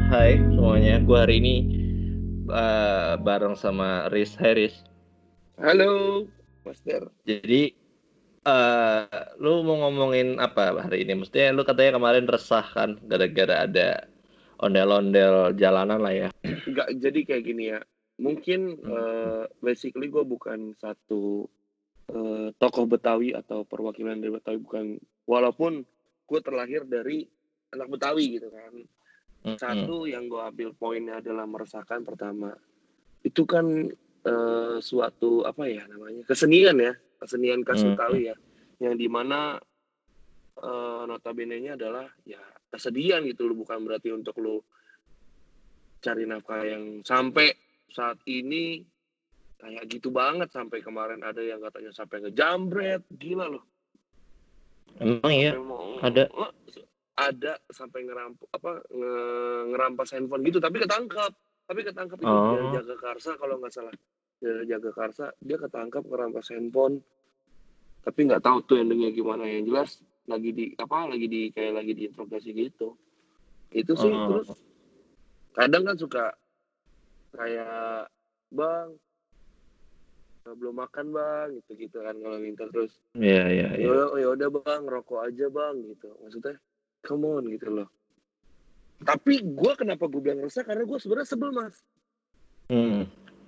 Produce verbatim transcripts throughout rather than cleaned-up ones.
Hai semuanya, gue hari ini uh, bareng sama Riz. Hai Riz. Halo, Master. Jadi, uh, lu mau ngomongin apa hari ini? Mestinya lu katanya kemarin resah kan, gara-gara ada ondel-ondel jalanan lah ya. Enggak, jadi kayak gini ya. Mungkin Hmm. uh, basically gue bukan satu uh, tokoh Betawi atau perwakilan dari Betawi, bukan. Walaupun gue terlahir dari anak Betawi gitu kan. Hmm. Satu yang gue ambil poinnya adalah meresahkan pertama. Itu kan uh, suatu apa ya namanya kesenian ya, kesenian khas Hmm. Betawi ya, yang dimana uh, notabene-nya adalah ya kesedihan gitu loh, bukan berarti untuk lo cari nafkah yang sampai saat ini kayak gitu banget. Sampai kemarin ada yang katanya sampai ngejambret, gila loh. Emang iya, Sampai mau ada. oh, ada sampai ngeramp apa nge, ngerampas handphone gitu, tapi ketangkap. Tapi ketangkap itu dari Oh. Jagakarsa kalau nggak salah. Dari Jagakarsa dia ketangkap ngerampas handphone. Tapi nggak tahu tuh endingnya gimana. Yang jelas lagi di apa lagi di kayak lagi diinterogasi gitu. Itu sih. Oh. Terus kadang kan suka kayak, bang belum makan bang, gitu gitu kan kalau minta. Terus Iya iya iya. ya udah bang, rokok aja bang gitu. Maksudnya come on gitu loh. Tapi gue kenapa gue bilang resah, karena gue sebenarnya sebel mas. Hmm.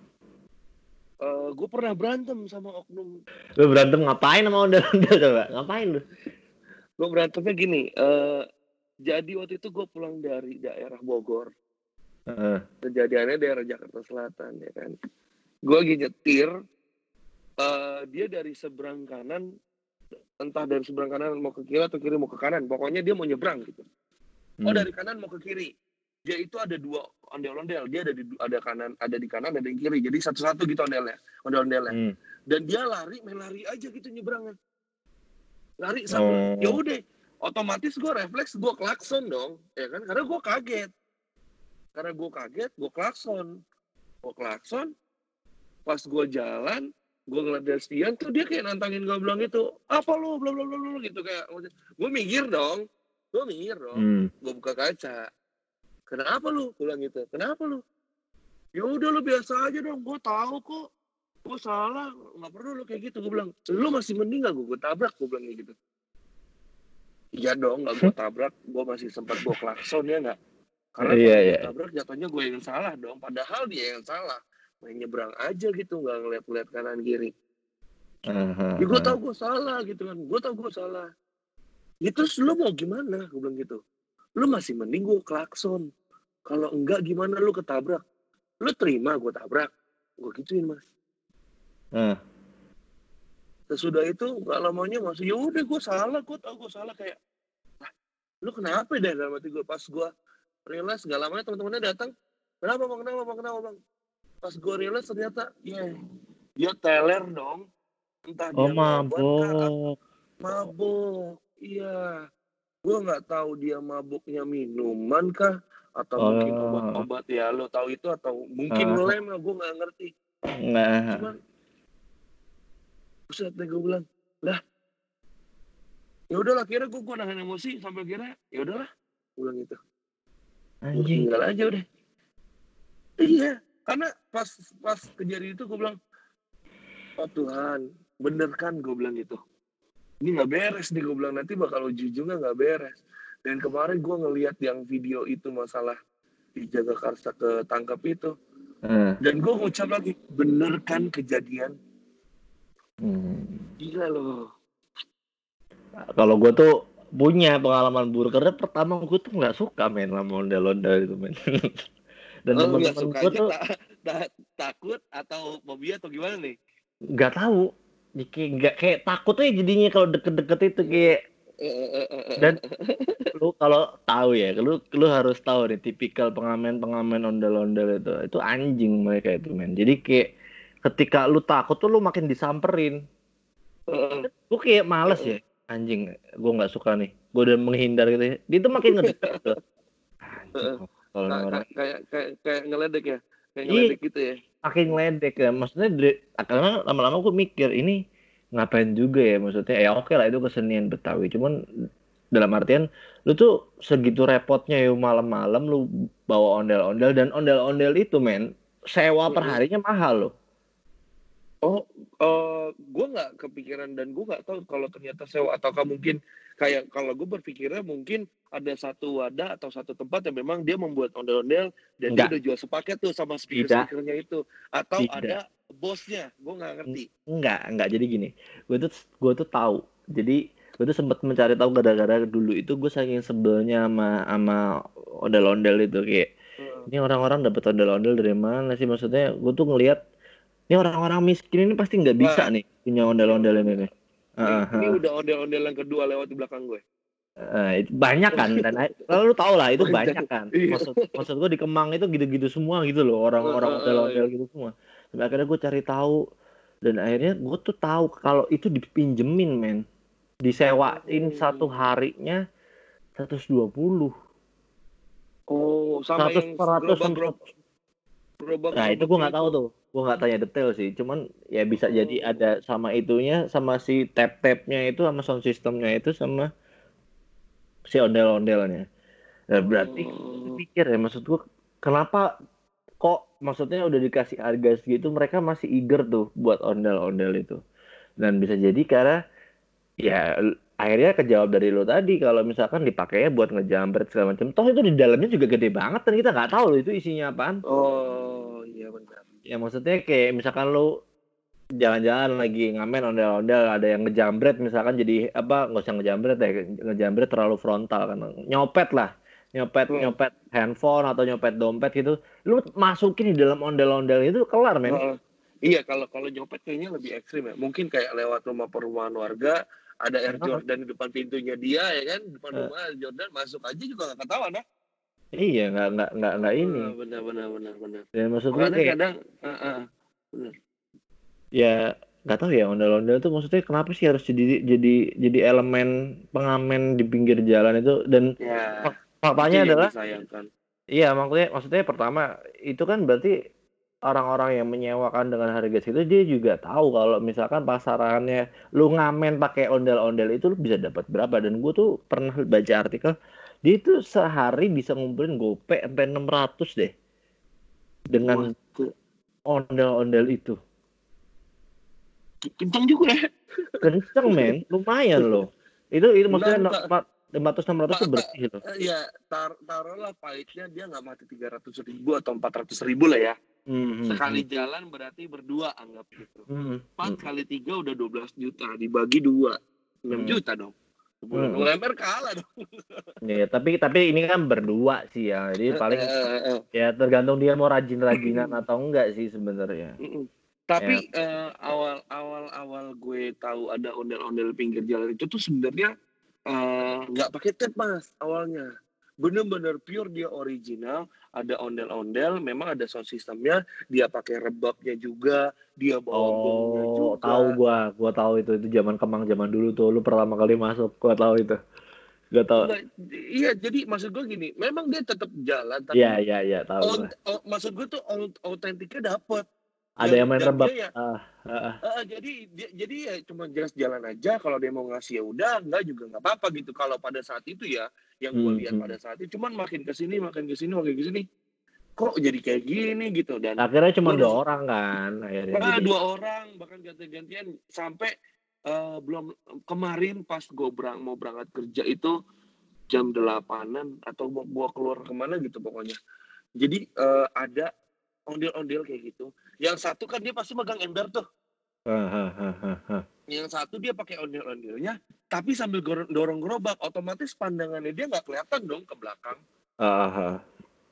Uh, gue pernah berantem sama oknum. Lu berantem ngapain sama ondel-ondel coba? Ngapain lu? Gue berantemnya gini. Uh, jadi waktu itu gue pulang dari daerah Bogor. Uh. Kejadiannya daerah Jakarta Selatan ya kan. Gue lagi nyetir. Uh, dia dari seberang kanan, entah dari seberang kanan mau ke kiri atau kiri mau ke kanan, pokoknya dia mau nyebrang gitu. Oh, dari kanan mau ke kiri. Dia itu ada dua ondel-ondel. Dia ada di ada kanan, ada di kanan, ada di kiri. Jadi satu-satu gitu ondelnya, ondel-ondelnya. Hmm. Dan dia lari, main lari aja gitu nyebrangnya. Lari sambil, oh. Ya udah, otomatis gue refleks, gue klakson dong, ya kan? Karena gue kaget. Karena gue kaget, gue klakson. Gue klakson. Pas gue jalan, gue ngeliat dari sekian tuh dia kayak nantangin gue, bilang gitu, apa lo, bla bla bla bla gitu. Kayak gue minggir dong. Gue minggir dong. Hmm. Gue buka kaca. Kenapa lu? Gue bilang gitu. Kenapa lu? Ya udah lu biasa aja dong. Gue tahu kok. Gue salah. Nggak perlu lu kayak gitu. Gue bilang, lu masih mending gak gue tabrak? Gue bilang gitu. Iya dong, gak gue tabrak. Gue masih sempat gue klakson ya nggak? Karena kalau gue tabrak jatuhnya gue yang salah dong. Padahal dia yang salah. Main nyebrang aja gitu, nggak ngeliat-ngeliat kanan kiri. Uh-huh. Ya gue tau gue salah gitu kan. Gue tau gue salah. Ya terus lu mau gimana? Gue bilang gitu. Lu masih mending gue klakson. Kalau enggak gimana lu ketabrak? Lu terima gue tabrak? Gue gituin mas. Uh. Sesudah itu gak lamanya mas, ya udah gue salah, gue tau gue salah. Kayak, ah, lu kenapa deh dalam hati gue? Pas gue realize gak lamanya teman-temannya datang. Kenapa bang? Kenapa bang? Kenapa bang? Pas gue realize ternyata, ya yeah, dia teler dong. Entah oh, dia mabok. Mabok, iya. Gue nggak tahu dia mabuknya minuman kah, atau oh. mungkin obat-obat ya, lo tahu itu, atau mungkin uh. ngelem lah, gue nggak ngerti. Nah. Cuman, buset deh gue bilang, lah, ya udahlah, kira gue gue nahan emosi sampai kira, ya udahlah, gue bilang gitu. Gue tinggal aja udah. Iya, karena pas pas kejadian itu gue bilang, oh Tuhan, bener kan gue bilang gitu. Ini nggak beres nih gue bilang, nanti bakal ujung-ujungnya nggak beres. Dan kemarin gue ngelihat yang video itu masalah di Jagakarsa ketangkap itu, hmm. dan gue ngucap lagi, bener kan kejadian? Hmm. Gila loh. Kalau gue tuh punya pengalaman buruk, karena pertama gue tuh nggak suka main sama ondel-ondel itu men. Dan oh, teman-teman gue tuh ta- ta- takut atau fobia atau gimana nih? Nggak tahu. Kayak nggak kayak takut aja jadinya kalau deket-deket itu kayak. Dan lu kalau tahu ya, lu lu harus tahu nih tipikal pengamen-pengamen ondel-ondel itu. Itu anjing mereka itu men. Jadi kayak ketika lu takut tuh lu makin disamperin. Uh, gue kayak males uh, ya. Anjing, gue nggak suka nih. Gue udah menghindar gitu. Dia tuh makin ngedeket tuh. Anjing, kalau uh, orang kayak kayak kayak ngeledek ya. Kayak ngeledek gitu ya. Makin ngeledek ya. Maksudnya karena lama-lama gue mikir ini ngapain juga ya, maksudnya ya oke lah itu kesenian Betawi, cuman Dalam artian lu tuh segitu repotnya ya malam-malam lu bawa ondel-ondel, dan ondel-ondel itu men sewa per Mm-mm. harinya mahal loh. Oh, eh gue nggak kepikiran dan gue nggak tahu kalau ternyata sewa ataukah mungkin kayak kalau gue berpikirnya mungkin ada satu wadah atau satu tempat yang memang dia membuat ondel-ondel dan dia Enggak, udah jual sepaket tuh sama tidak, speaker-speakernya itu atau tidak. ada bosnya, gue nggak ngerti. Enggak, enggak. Jadi gini, gue tuh gue tuh tahu. Jadi gue tuh sempat mencari tahu gara-gara dulu itu gue saking sebelnya sama sama ondel-ondel itu kayak Heeh. ini orang-orang dapat ondel-ondel dari mana sih, maksudnya gue tuh ngelihat ini orang-orang miskin ini pasti nggak bisa Wah, nih punya ini ondel-ondel ini udah nih. ini Heeh, ini heeh. udah ondel-ondel yang kedua lewat di belakang gue. Eh, itu banyak kan, dan a- lalu lu tau lah itu banyak Banyak. kan, Iya. maksud maksud gue di Kemang itu gitu-gitu semua gitu loh, Heeh, orang-orang heeh, ondel-ondel iya. gitu semua. Sampai akhirnya gue cari tahu, dan akhirnya gue tuh tahu kalau itu dipinjemin men, disewain satu Oh. harinya seratus dua puluh, Oh, sama seratus yang per ratus gerobak sampai gerobak seratus. Nah itu gue gerobak-gerobaknya nggak tahu itu. tuh, gue nggak tanya detail sih, cuman ya bisa jadi ada Oh. sama itunya, sama si tap-tapnya itu, sama sound systemnya itu, sama si ondel-ondelnya. Nah, berarti Oh. pikir ya, maksud gue kenapa kok, maksudnya udah dikasih harga segitu mereka masih eager tuh buat ondel-ondel itu. Dan bisa jadi karena ya l- akhirnya kejawab dari lo tadi, kalau misalkan dipakainya buat ngejambret segala macam, toh itu di dalamnya juga gede banget dan kita nggak tahu loh itu isinya apaan. Oh, iya benar. Ya maksudnya kayak misalkan lo jalan-jalan lagi ngamen ondel-ondel, ada yang ngejambret misalkan, jadi apa, nggak usah ngejambret deh, ngejambret terlalu frontal kan, nyopet lah, nyopet Heeh. nyopet handphone atau nyopet dompet gitu, lu masukin di dalam ondel-ondel itu kelar men. Heeh. Iya, kalau kalau nyopet kayaknya lebih ekstrim ya. Mungkin kayak lewat rumah perumahan warga, ada Air Heeh. Jordan di depan pintunya dia ya kan, depan Eh, rumah Air Jordan masuk aja juga nggak ketahuan ya. iya, nggak nggak nggak nggak ini. Heeh, benar benar benar benar. Dan maksud gue Makanya kayak kadang heeh, benar. ya nggak tahu ya, ondel-ondel tuh maksudnya kenapa sih harus jadi jadi jadi elemen pengamen di pinggir jalan itu, dan Ya, fak- itu faktanya yang adalah disayangkan. iya, maksudnya maksudnya pertama itu kan berarti orang-orang yang menyewakan dengan harga segitu dia juga tahu kalau misalkan pasarannya lu ngamen pakai ondel-ondel itu lu bisa dapat berapa, dan gue tuh pernah baca artikel dia itu sehari bisa ngumpulin gope sampai enam ratus deh dengan Wah, tuh ondel-ondel itu. kencang juga ya. Kenceng men, lumayan loh. Itu itu maksudnya Ntar enam tak ratus enam ratus Pak, tuh tak, bersih loh. ya tar, taruhlah pahitnya dia nggak mati tiga ratus ribu atau empat ratus ribu lah ya. Hmm, hmm, Sekali hmm, jalan berarti berdua anggap gitu. hmm, Empat hmm, kali tiga udah dua belas juta dibagi dua, enam hmm, juta dong. hmm, Sebulan hmm. U M R kalah dong. Ya, tapi tapi ini kan berdua sih ya. Jadi Eh, paling eh, eh, eh. ya tergantung dia mau rajin-rajinan atau enggak sih sebenarnya. Mm-mm. Ya, Tapi eh, awal awal awal gue tahu ada ondel-ondel pinggir jalan itu tuh sebenarnya eh, nggak pakai tab mas awalnya. Bener-bener pure dia original, ada ondel-ondel, memang ada sound systemnya, dia pakai rebabnya juga, dia bawa gongnya oh, tahu juga. gua, gua tahu itu itu zaman Kemang zaman dulu tuh. Lu pertama kali masuk, gua tahu itu. Gak tahu. Enggak, iya jadi maksud gue gini, memang dia tetap jalan, Iya, tapi iya, iya, tahu on, gua. o- maksud gue tuh au- autentiknya dapet. Ada Dan yang main dan rebab. dia ya Ah, ah, ah. Eh, jadi dia- jadi ya cuma just jalan aja kalau dia mau ngasih ya udah enggak juga nggak apa-apa gitu kalau pada saat itu ya yang gue Hmm, lihat hmm. pada saat itu cuman makin ke sini makin ke sini makin ke sini kok jadi kayak gini gitu dan Akhirnya cuma gue udah dua orang kan, akhirnya ah, jadi. dua orang bahkan ganti-gantian sampai eh, belum kemarin pas gue berang, mau berangkat kerja itu jam delapanan atau mau gua keluar kemana gitu pokoknya jadi eh, ada ondel-ondel kayak gitu yang satu kan dia pasti megang ember tuh. Ah, ah, ah, ah, ah. Yang satu dia pakai ondel-ondelnya, tapi sambil gor- dorong gerobak, otomatis pandangannya dia nggak kelihatan dong ke belakang. Ah, ah, ah.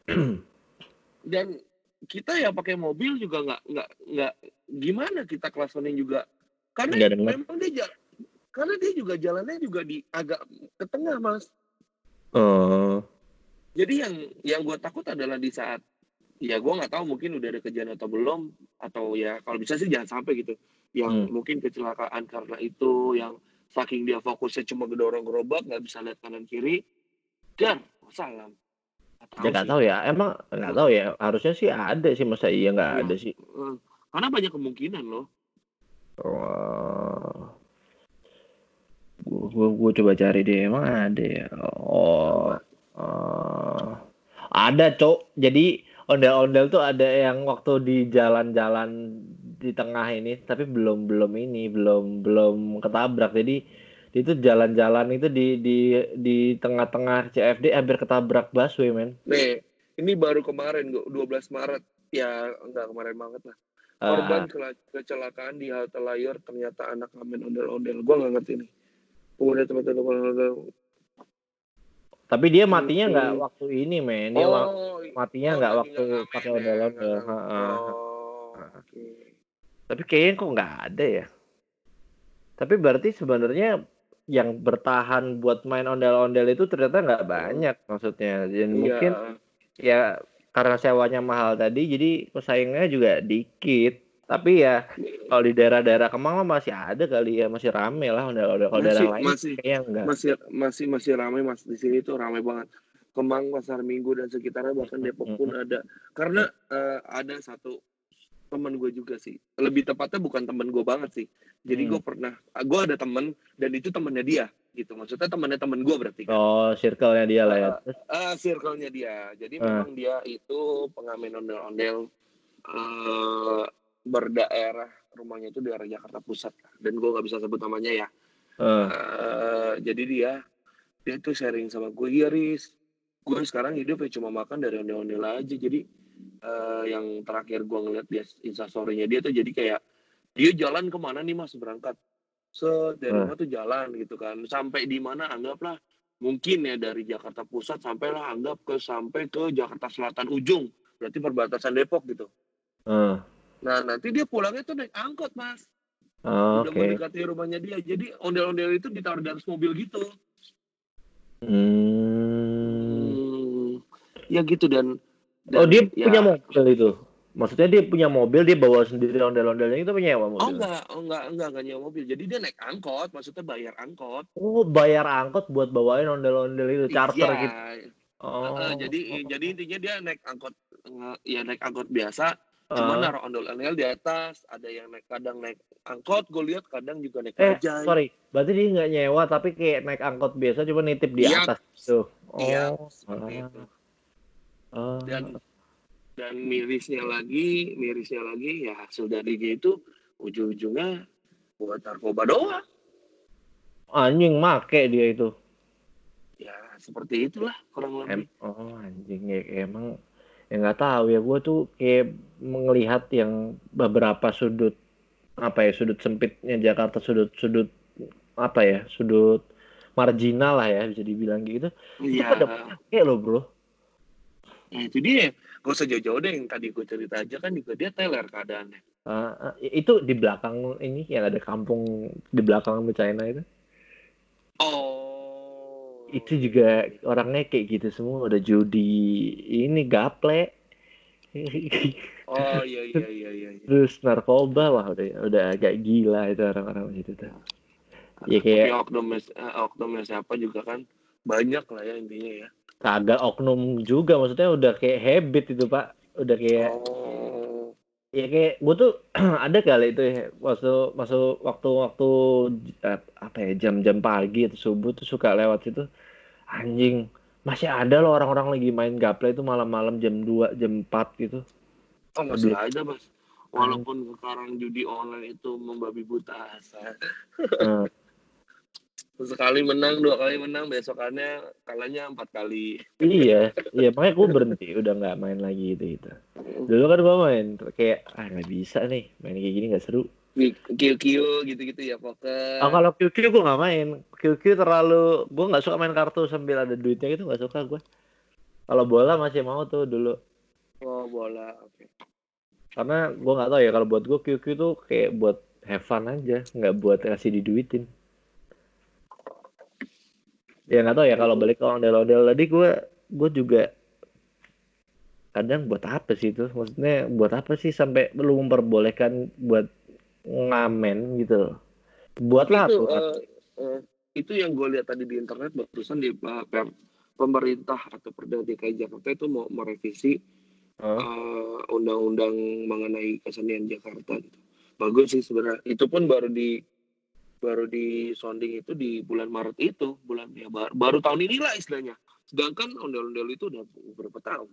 Dan kita yang pakai mobil juga nggak nggak nggak gimana kita klasonin juga, karena Nggak denger. memang dia ja- karena dia juga jalannya juga di agak ke tengah mas. Oh, Jadi yang yang gue takut adalah di saat ya gue nggak tahu mungkin udah ada kejadian atau belum atau ya kalau bisa sih jangan sampai gitu yang hmm. mungkin kecelakaan karena itu yang saking dia fokusnya cuma gedorong gerobak nggak bisa lihat kanan kiri dan salam nggak Ya tahu nggak sih tahu ya. Emang nggak tahu ya. Harusnya sih ada sih, masa iya nggak ya ada sih. eh, karena banyak kemungkinan loh. Oh, gue gue coba cari deh, emang ada ya. Oh, uh, ada cok. Jadi ondel-ondel tuh ada yang waktu di jalan-jalan di tengah ini, tapi belum belum ini belum belum ketabrak. Jadi itu jalan-jalan itu di di di tengah-tengah C F D hampir ketabrak busway men. Nih, ini baru kemarin dua belas Maret. Ya, enggak kemarin banget lah. Korban Uh, kecelakaan di halte Layar ternyata anak ngamen ondel-ondel. Gua nggak ngerti nih. Kemudian teman-teman ondel-ondel. tapi dia matinya nggak Hmm. waktu ini men. Dia Oh, matinya oh nggak lagi waktu nggak ngamen pakai ya. ondel-ondel. Nggak, Ha, ha, ha. oh, oke. Okay. Tapi kayaknya kok nggak ada ya. Tapi berarti sebenarnya yang bertahan buat main ondel-ondel itu ternyata nggak banyak maksudnya. Dan mungkin Iya. ya karena sewanya mahal tadi, jadi pesaingnya juga dikit. Tapi ya kalau di daerah-daerah Kemang mah masih ada kali ya, masih rame lah ondel-ondel. Kalau daerah Masih lain masih kayaknya enggak. masih masih masih ramai mas di sini tuh ramai banget. Kemang, Pasar Minggu dan sekitarnya bahkan Depok pun ada. Karena uh, ada satu teman gue juga sih. Lebih tepatnya bukan teman gue banget sih. Jadi gue pernah, gue ada teman dan itu temannya dia gitu. Maksudnya temannya teman gue berarti kan. Oh, circle-nya dia lah ya. Uh, uh, circle-nya dia. Jadi Uh. memang dia itu pengamen ondel-ondel uh, berdaerah, rumahnya itu di daerah Jakarta Pusat. Dan gue nggak bisa sebut namanya ya. Uh. Uh, jadi dia dia tuh sharing sama gue, ya Riz, gue sekarang hidup ya cuma makan dari ondel-ondel aja. Jadi uh, yang terakhir gue ngeliat dia instastory-nya dia tuh jadi kayak dia jalan kemana nih mas berangkat, set dari Uh. rumah tuh jalan gitu kan, sampai di mana anggaplah mungkin ya dari Jakarta Pusat sampailah anggap ke sampai ke Jakarta Selatan ujung, berarti perbatasan Depok gitu. Uh. Nah nanti dia pulangnya tuh naik angkot mas. Oh, Udah okay. mendekati rumahnya dia, jadi ondel-ondel itu ditaruh di atas mobil gitu. Hmm. Hmm, ya gitu dan, dan oh dia ya, punya mobil itu. Maksudnya dia punya mobil, dia bawa sendiri ondel-ondelnya itu punya mobil. Oh enggak, oh enggak, enggak, enggak nyewa mobil. Jadi dia naik angkot, maksudnya bayar angkot. Oh, bayar angkot buat bawain ondel-ondel itu, charter Iya. gitu. Oh. Uh, uh, jadi oh. jadi intinya dia naik angkot, uh, ya naik angkot biasa. Uh. Cuma naruh ondel-ondel di atas. Ada yang naik kadang naik angkot, gue lihat kadang juga naik Eh, bajai. sorry. Berarti dia nggak nyewa, tapi kayak naik angkot biasa, cuma nitip di Yap. atas tuh. Oh. Iya, seperti ah. itu. Ah. Dan dan mirisnya lagi, mirisnya lagi ya hasil dari dia itu ujung-ujungnya buat narkoba doang. Anjing make dia itu. Ya seperti itulah kurang lebih. Em, oh anjing ya emang ya nggak tahu ya, gue tuh kayak melihat yang beberapa sudut apa ya, sudut sempitnya Jakarta, sudut-sudut apa ya, sudut marginal lah ya bisa dibilang gitu. Itu Iya. pada pakai loh bro. Nah itu dia, gak usah jauh-jauh deh yang tadi gue cerita aja kan juga dia teler keadaannya. Uh, itu di belakang ini yang ada kampung di belakang China itu. Oh. Itu juga orangnya kayak gitu semua, udah judi ini gaple. Oh iya iya iya iya. Terus narkoba, wah udah udah agak gila itu orang-orang itu tuh. Ya kayak tapi oknumnya, oknumnya siapa juga kan banyak lah ya intinya ya. Kagak oknum juga, maksudnya udah kayak habit itu pak, udah kayak oh. ya kayak gue tuh ada kali itu ya, masuk masuk waktu-waktu apa ya, jam-jam pagi atau subuh tuh suka lewat situ, anjing masih ada loh orang-orang lagi main gaple itu malam-malam jam dua jam empat gitu. Oh masih Aduh. ada mas, walaupun anjing. Sekarang judi online itu membabi buta asa. Hmm. Sekali menang, dua kali menang, besokannya kalahnya empat kali. Iya, iya makanya gue berhenti, udah nggak main lagi itu itu. Dulu kan gue main, kayak ah nggak bisa nih, main kayak gini nggak seru. Q Q gitu-gitu ya poker. Oh kalau Q Q gue nggak main, Q Q terlalu, gue nggak suka main kartu sambil ada duitnya gitu, nggak suka gue. Kalau bola masih mau tuh dulu. Oh bola, oke. Okay. Karena gue nggak tahu ya, kalau buat gue Q Q tuh kayak buat have fun aja, nggak buat kasih diduitin. Ya nggak tahu ya, kalau balik ke ondel-ondel tadi gue gue juga kadang buat apa sih itu, maksudnya buat apa sih sampai lu memperbolehkan buat ngamen gitu, buatlah itu aturan. uh, uh, itu yang gue lihat tadi di internet barusan di uh, per, pemerintah atau Perda D K I Jakarta itu mau merevisi huh? uh, undang-undang mengenai kesenian Jakarta gitu. Bagus sih sebenarnya, itu pun baru di baru di sounding itu di bulan Maret itu, bulan ya baru, baru tahun inilah istilahnya. Sedangkan ondel-ondel itu udah beberapa tahun.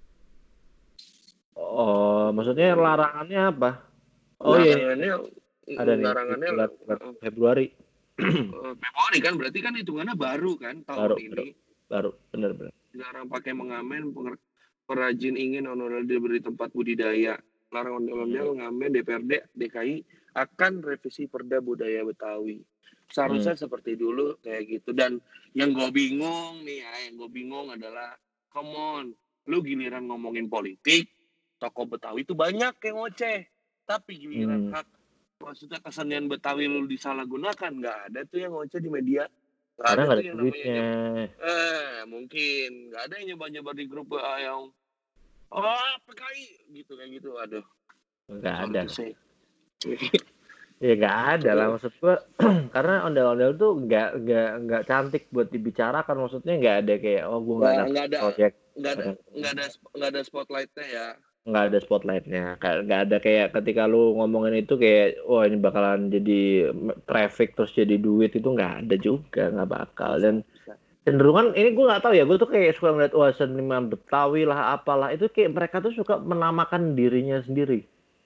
Oh, maksudnya Hmm. larangannya apa? Oh iya, Larangannya, ada nih di larangannya bulan, bulan uh, Februari. uh, Februari kan, berarti kan hitungannya baru kan tahun Baru, baru, ini. baru, benar-benar. Dilarang pakai mengamen, penger- perajin ingin ondel-ondel diberi tempat budidaya. Larang ondel-ondel ngamen D P R D D K I akan revisi Perda Budaya Betawi. Seharusnya Hmm. seperti dulu kayak gitu. Dan yang gue bingung nih ya, yang gue bingung adalah, come on, lu giliran ngomongin politik, tokoh Betawi itu banyak yang ngoceh. Tapi giliran Hmm. hak, maksudnya kesenian Betawi lu disalahgunakan, nggak ada tuh yang ngoceh di media. Nggak Karena ada nggak tuh ada yang namanya duitnya. nyeb eh mungkin nggak ada yang nyebar-nyebar di grup W A yang oh P K I gitu kayak gitu. Aduh, Nggak sorry ada. to say. Ya nggak ada lah, maksud gua. Karena ondel-ondel tuh nggak nggak nggak cantik buat dibicarakan, maksudnya nggak ada kayak oh gua nggak Nggak dapet nggak ada proyek, nggak ada kadang nggak ada nggak ada spotlightnya ya. nggak ada spotlightnya, kayak nggak ada kayak ketika lu ngomongin itu kayak wah ini bakalan jadi traffic terus jadi duit, itu nggak ada juga, nggak bakal. Bisa Dan bisa. cenderungan ini gue nggak tahu ya, gue tuh kayak suka ngeliat wah seniman Betawi lah apalah, itu kayak mereka tuh suka menamakan dirinya sendiri,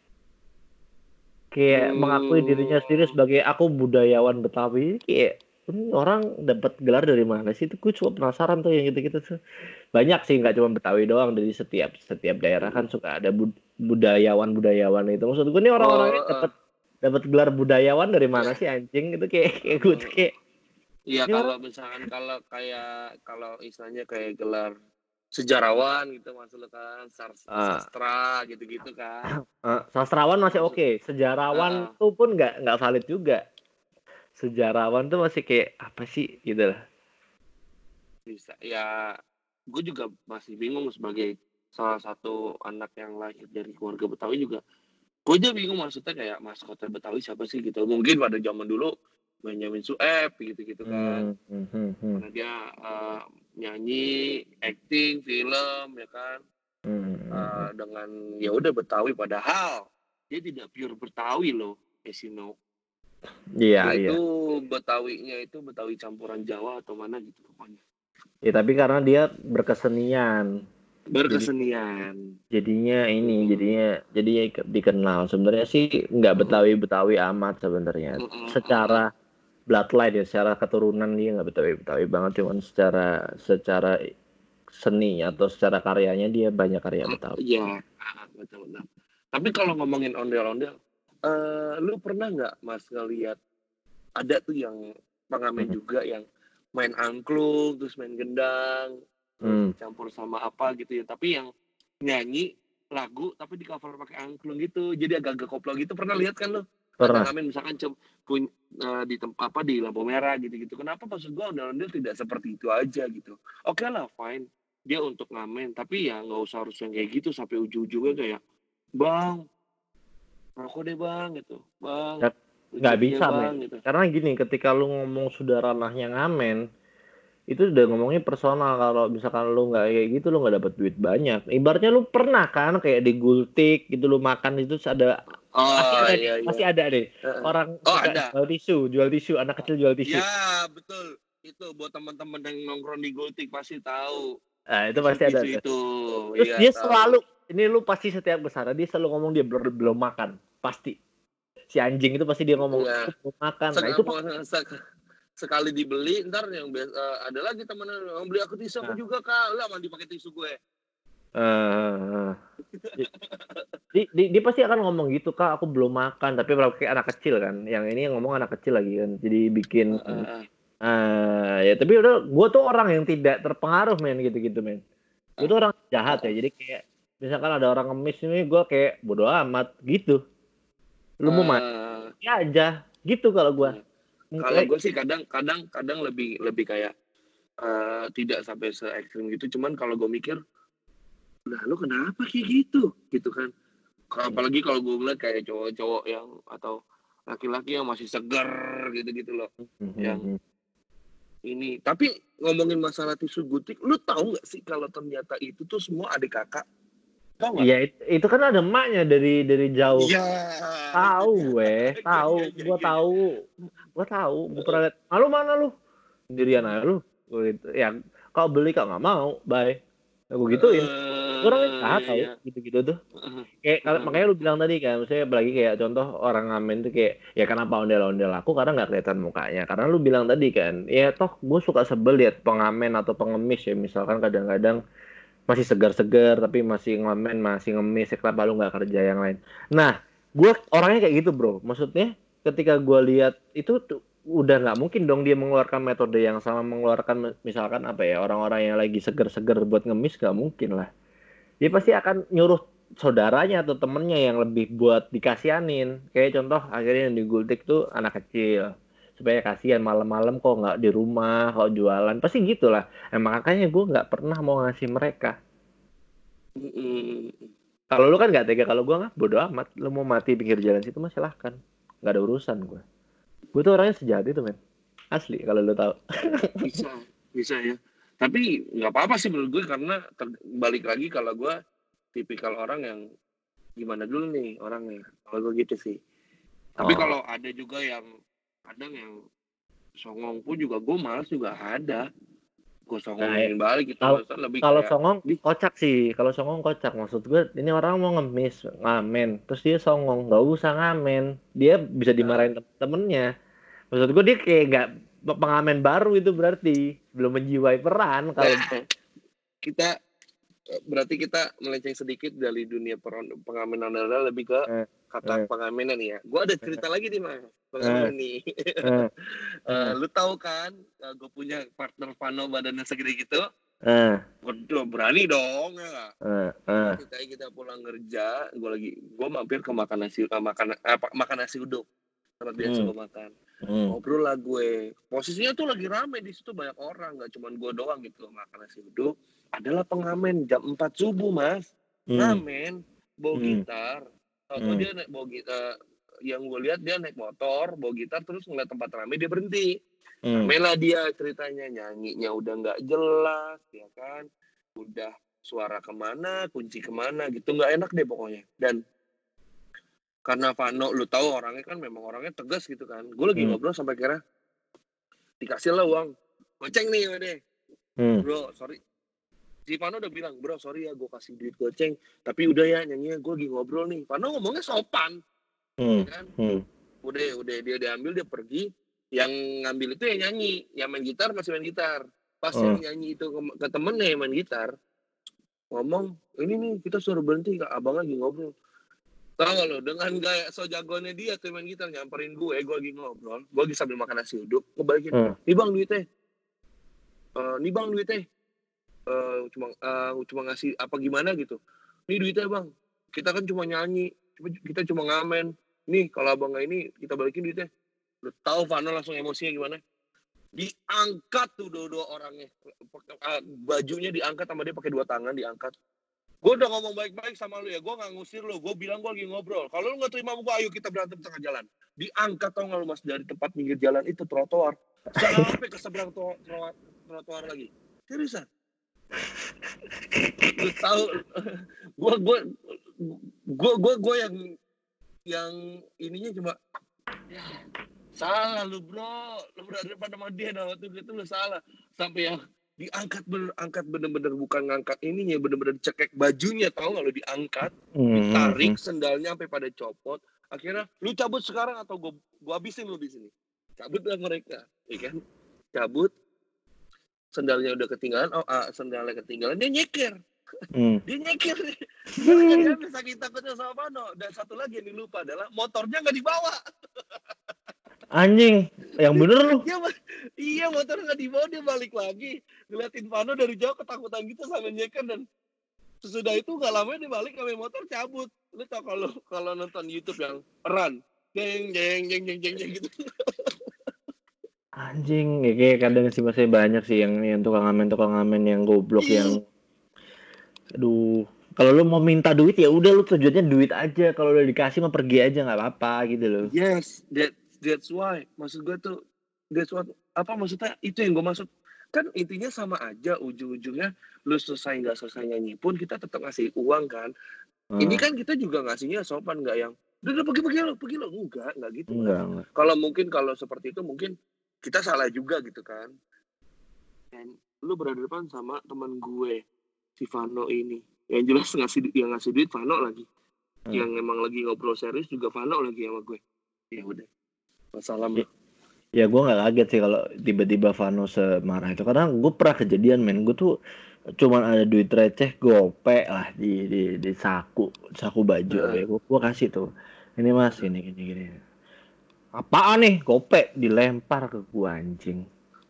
kayak mengakui dirinya sendiri Hmm, sebagai aku budayawan Betawi. Kayak ini orang dapat gelar dari mana sih? Itu gue cuma penasaran tuh yang gitu-gitu tuh. Banyak sih, nggak cuma Betawi doang, dari setiap setiap daerah kan suka ada bud- budayawan budayawan itu. Maksud gue nih orang-orangnya oh uh, dapat dapat gelar budayawan dari mana ya. sih anjing? Itu kayak kayak gue tuh kayak Iya ini orang kalau misalkan kalau kayak kalau istilahnya kayak gelar sejarawan gitu maksudnya kan sas- ah, sastra gitu-gitu kan. ah, sastrawan masih Maksud oke, uh, sejarawan uh, tuh pun nggak nggak valid juga. Sejarawan tuh masih kayak apa sih gitu lah. bisa ya, gue juga masih bingung sebagai salah satu anak yang lahir dari keluarga Betawi juga. Gue aja bingung maksudnya kayak maskotnya Betawi siapa sih gitu. Mungkin pada zaman dulu Benyamin Sueb gitu-gitu kan. Hmm, hmm, hmm, hmm, Karena dia uh, nyanyi, acting, film ya kan. hmm, hmm, hmm. Uh, dengan ya udah Betawi padahal dia tidak pure Betawi loh, as you know. Iya, Dia iya. itu Betawinya itu Betawi campuran Jawa atau mana gitu pokoknya. Ya tapi karena dia berkesenian, jadi Berkesenian. jadinya ini Mm-mm. jadinya jadinya ik- dikenal. Sebenarnya sih nggak Mm-mm. Betawi Betawi amat sebenarnya. Mm-mm. Mm-mm. Secara bloodline ya, secara keturunan dia nggak Betawi Betawi banget, cuman secara secara seni atau secara karyanya dia banyak karya Ah, Betawi. iya, ah, betul betul. Tapi kalau ngomongin ondel-ondel, eh lu pernah nggak Mas ngeliat ada tuh yang pengamen Hmm. juga yang main angklung, terus main gendang, terus Hmm. dicampur sama apa gitu ya. Tapi yang nyanyi lagu tapi di cover pakai angklung gitu. Jadi agak-agak koplo gitu. Pernah lihat kan lu? Ada Pernah. ngamen misalkan cum, pun, eh, di tempat apa di lampu merah gitu-gitu. Kenapa maksud gua ondel-ondel tidak seperti itu aja gitu. Oke lah, fine. Dia untuk ngamen, tapi ya nggak usah harus yang kayak gitu sampai ujung-ujungnya kayak, "Bang, rokok deh bang," gitu. "Bang, Nggak nggak rezeki ya bisa bang," men. gitu. Karena gini, ketika lu ngomong sudah ranahnya ngamen, itu udah ngomongnya personal. Kalau misalkan lu nggak kayak gitu lu nggak dapet duit banyak. Ibaratnya lu pernah kan kayak di gultik gitu, lu makan itu terus ada pasti Oh ada nih iya iya. pasti ada deh Heeh. orang Oh suka ada. jual tisu jual tisu anak kecil jual tisu. Ya betul. Itu buat teman-teman yang nongkrong di Gultik pasti tahu. Nah itu pasti ada Tisu-tisu tuh. itu. Terus Iya dia tahu. selalu, ini lu pasti setiap kesana dia selalu ngomong dia belum belum makan pasti, si anjing itu pasti dia ngomong Iya. aku belum makan. Nah itu pasti. Sek- sek- sekali dibeli ntar yang biasa, eh, ada lagi temen yang beli aku tisu aku Nah, juga kak, lah mandi pakai tisu gue. eh, Di, di, dia pasti akan ngomong gitu kak aku belum makan, tapi kalau kayak anak kecil kan, yang ini yang ngomong anak kecil lagi kan, jadi bikin Uh, uh, uh. eh ya tapi udah gue tuh orang yang tidak terpengaruh men gitu-gitu men, gue tuh orang Uh, jahat ya, uh. jadi kayak misalkan ada orang ngemis ini gue kayak bodo amat gitu, lu mau mati Uh, aja gitu kalau gue. uh. Kalau gue sih kadang kadang kadang lebih lebih kayak uh, tidak sampai se ekstrim gitu, cuman kalau gue mikir lah lu kenapa kayak gitu gitu kan. Apalagi kalau gue ngeliat kayak cowok-cowok yang atau laki-laki yang masih segar gitu-gitu loh, yang ini. Tapi ngomongin masalah tisu gutik, lu tahu nggak sih kalau ternyata itu tuh semua adik kakak? Tau nggak? Iya itu, itu kan ada emaknya dari dari jauh. Iya. Tahu Itu gue, dia. tahu, Iya, iya, gue iya, iya. tahu, gue tahu, gue pernah liat. Ah, lu mana lu? Sendirian aja lu. Gue gitu. Ya, kau beli kau nggak mau, bye. Ya, gue gituin. Gue orangnya Eh, jahat iya, tau, iya. gitu-gitu tuh. Heeh, Kayak kal- heeh. makanya lu bilang tadi kan, misalnya apalagi kayak contoh orang ngamen tuh kayak, ya kenapa ondel-ondel aku karena nggak kelihatan mukanya. Karena lu bilang tadi kan, ya toh gue suka sebel liat pengamen atau pengemis ya, misalkan kadang-kadang masih segar-segar tapi masih ngamen, masih ngemis, ya kenapa lu nggak kerja yang lain. Nah, gue orangnya kayak gitu bro, maksudnya ketika gue lihat itu tuh udah nggak mungkin dong dia mengeluarkan metode yang sama, mengeluarkan misalkan apa ya, orang-orang yang lagi segar-segar buat ngemis, nggak mungkin lah. Dia pasti akan nyuruh saudaranya atau temennya yang lebih buat dikasianin. Kayak contoh akhirnya yang digultik tuh anak kecil. Supaya kasihan malam-malam kok nggak di rumah, kok jualan. Pasti gitulah. Emang makanya gue nggak pernah mau ngasih mereka. Mm-mm. Kalau lu kan nggak tega, kalau gue nggak bodo amat. Lu mau mati pinggir jalan situ mah silahkan. Nggak ada urusan gue. Gue tuh orangnya sejahat itu men. Asli kalau lu tahu. Bisa, bisa ya. Tapi nggak apa-apa sih menurut gue karena ter- balik lagi kalau gue tipikal orang yang gimana dulu nih orangnya. Kalau gue gitu sih. Tapi Oh. kalau ada juga yang kadang yang songong pun juga gue malas juga ada. Gue Nah, ya. songongin balik gitu Kalau maksudnya lebih kalau kayak songong di kocak sih. Kalau songong kocak maksud gue ini orang mau ngemis, ngamen, terus dia songong, nggak usah ngamen. Dia bisa nah, dimarahin temen-temennya. Maksud gue dia kayak nggak pengamen baru itu berarti belum menjiwai peran kalau nah kita berarti kita melenceng sedikit dari dunia peron- pengamenan adalah lebih ke eh, kata eh, pengamenan ya. Gue ada eh, cerita lagi nih mas eh, pengamen nih. eh, Eh, eh, lu tahu kan, gue punya partner Vano badannya segede gitu. eh, Waduh, berani dong ya nggak? eh, Jadi eh, ketika kita pulang kerja, gue lagi gue mampir ke makan nasi eh, makan apa makan nasi uduk tempat biasa hmm, gue makan. hmm, Ngobrol lah gue. Posisinya tuh lagi rame di situ banyak orang, nggak cuma gue doang gitu makan nasi uduk. Adalah pengamen jam empat subuh mas, hmm, ngamen bawa hmm, gitar. Tahu-tahu hmm, dia naik bawa gitar. Yang gue lihat dia naik motor, bawa gitar terus ngeliat tempat rame dia berhenti. hmm, Ramelah dia ceritanya nyanyinya udah nggak jelas ya kan, udah suara kemana, kunci kemana gitu nggak enak deh pokoknya. Dan karena Vano lu tahu orangnya kan memang orangnya tegas gitu kan, gue lagi hmm, ngobrol sampai kira dikasih lah uang goceng nih deh hmm, bro sorry si Vano udah bilang bro sorry ya gue kasih duit goceng tapi udah ya nyanyinya gue lagi ngobrol nih. Vano ngomongnya sopan hmm, ya kan, hmm, udah udah dia diambil dia pergi, yang ngambil itu yang nyanyi, yang main gitar masih main gitar. Pas yang oh, nyanyi itu ke, ke temennya yang main gitar ngomong ini nih kita suruh berhenti kak abang lagi ngobrol. Tahu gak lo dengan gaya so jagonya dia tuh main gitar nyamperin gue, gue lagi ngobrol, gue lagi sambil makan nasi uduk, ngebalikin, hmm, nih bang duitnya, uh, nih bang duitnya, uh, cuma uh, cuma ngasih apa gimana gitu, nih duitnya bang, kita kan cuma nyanyi, kita cuma ngamen, nih kalau abang nggak ini kita balikin duitnya. Udah tahu Vano langsung emosinya gimana? Diangkat tuh dua-dua orangnya, bajunya diangkat sama dia pakai dua tangan diangkat. Gue udah ngomong baik-baik sama lu ya, gue nggak ngusir lu, gue bilang gue lagi ngobrol. Kalau lu nggak terima gue, ayo kita berantem tengah jalan. Diangkat tau nggak lu mas dari tempat pinggir jalan itu trotoar sampai ke seberang trotoar, trotoar lagi. Seriusan? Lu tahu? Gue gue gue gue gue yang yang ininya cuma ya, salah lu bro, lu berada pada sama dia nah waktu itu lu salah sampai yang diangkat bener angkat bener-bener bukan ngangkat ininya bener-bener cekek bajunya tahu nggak lu diangkat hmm, hmm. ditarik sendalnya sampai pada copot akhirnya lu cabut sekarang atau gua gua habisin lu di sini cabut lah mereka ya kan cabut sendalnya udah ketinggalan oh ah, sendalnya ketinggalan dia nyeker Hmm. dia nyeker sendalnya nggak diambil saking takutnya sama Vano dan satu lagi yang dilupa adalah motornya nggak dibawa. Anjing, yang bener lu. Dia, iya motor nggak dibawa dia balik lagi ngeliatin Vano dari jauh ketakutan gitu sambil nyeker dan sesudah itu nggak lama dia balik ambil motor cabut. Lu tau kalau kalau nonton YouTube yang run jeng jeng jeng jeng jeng jeng gitu. Anjing, ya kayak kadang sih masih banyak sih yang yang tukang ngamen tukang ngamen yang goblok yang, aduh, kalau lu mau minta duit ya udah lu tujuannya duit aja, kalau udah dikasih mah pergi aja nggak apa-apa gitu loh. Yes, that that's why maksud gue tuh that's what apa maksudnya itu yang gue maksud kan intinya sama aja ujung-ujungnya lu selesai nggak selesai nyanyi pun kita tetap ngasih uang kan. Ini Heeh. kan kita juga ngasihnya sopan nggak yang, "Udah udah pergi pergi lo pergi lo," enggak, enggak gitu Mas. Enggak enggak. Kalau mungkin kalau seperti itu mungkin kita salah juga gitu kan. Dan lu berhadapan sama teman gue, si Vano ini, yang jelas ngasih yang ngasih duit Vano lagi, Heeh. yang emang lagi ngobrol serius juga Vano lagi sama gue. Ya udah, wassalam Ya, lah. ya gue nggak kaget sih kalau tiba-tiba Vano semarah itu karena gue pernah kejadian men, gue tuh cuman ada duit receh gope lah di di di saku saku baju apa Heeh. ya, gue gue kasih tuh, ini mas ini gini gini, apaan nih, gope dilempar ke gue anjing.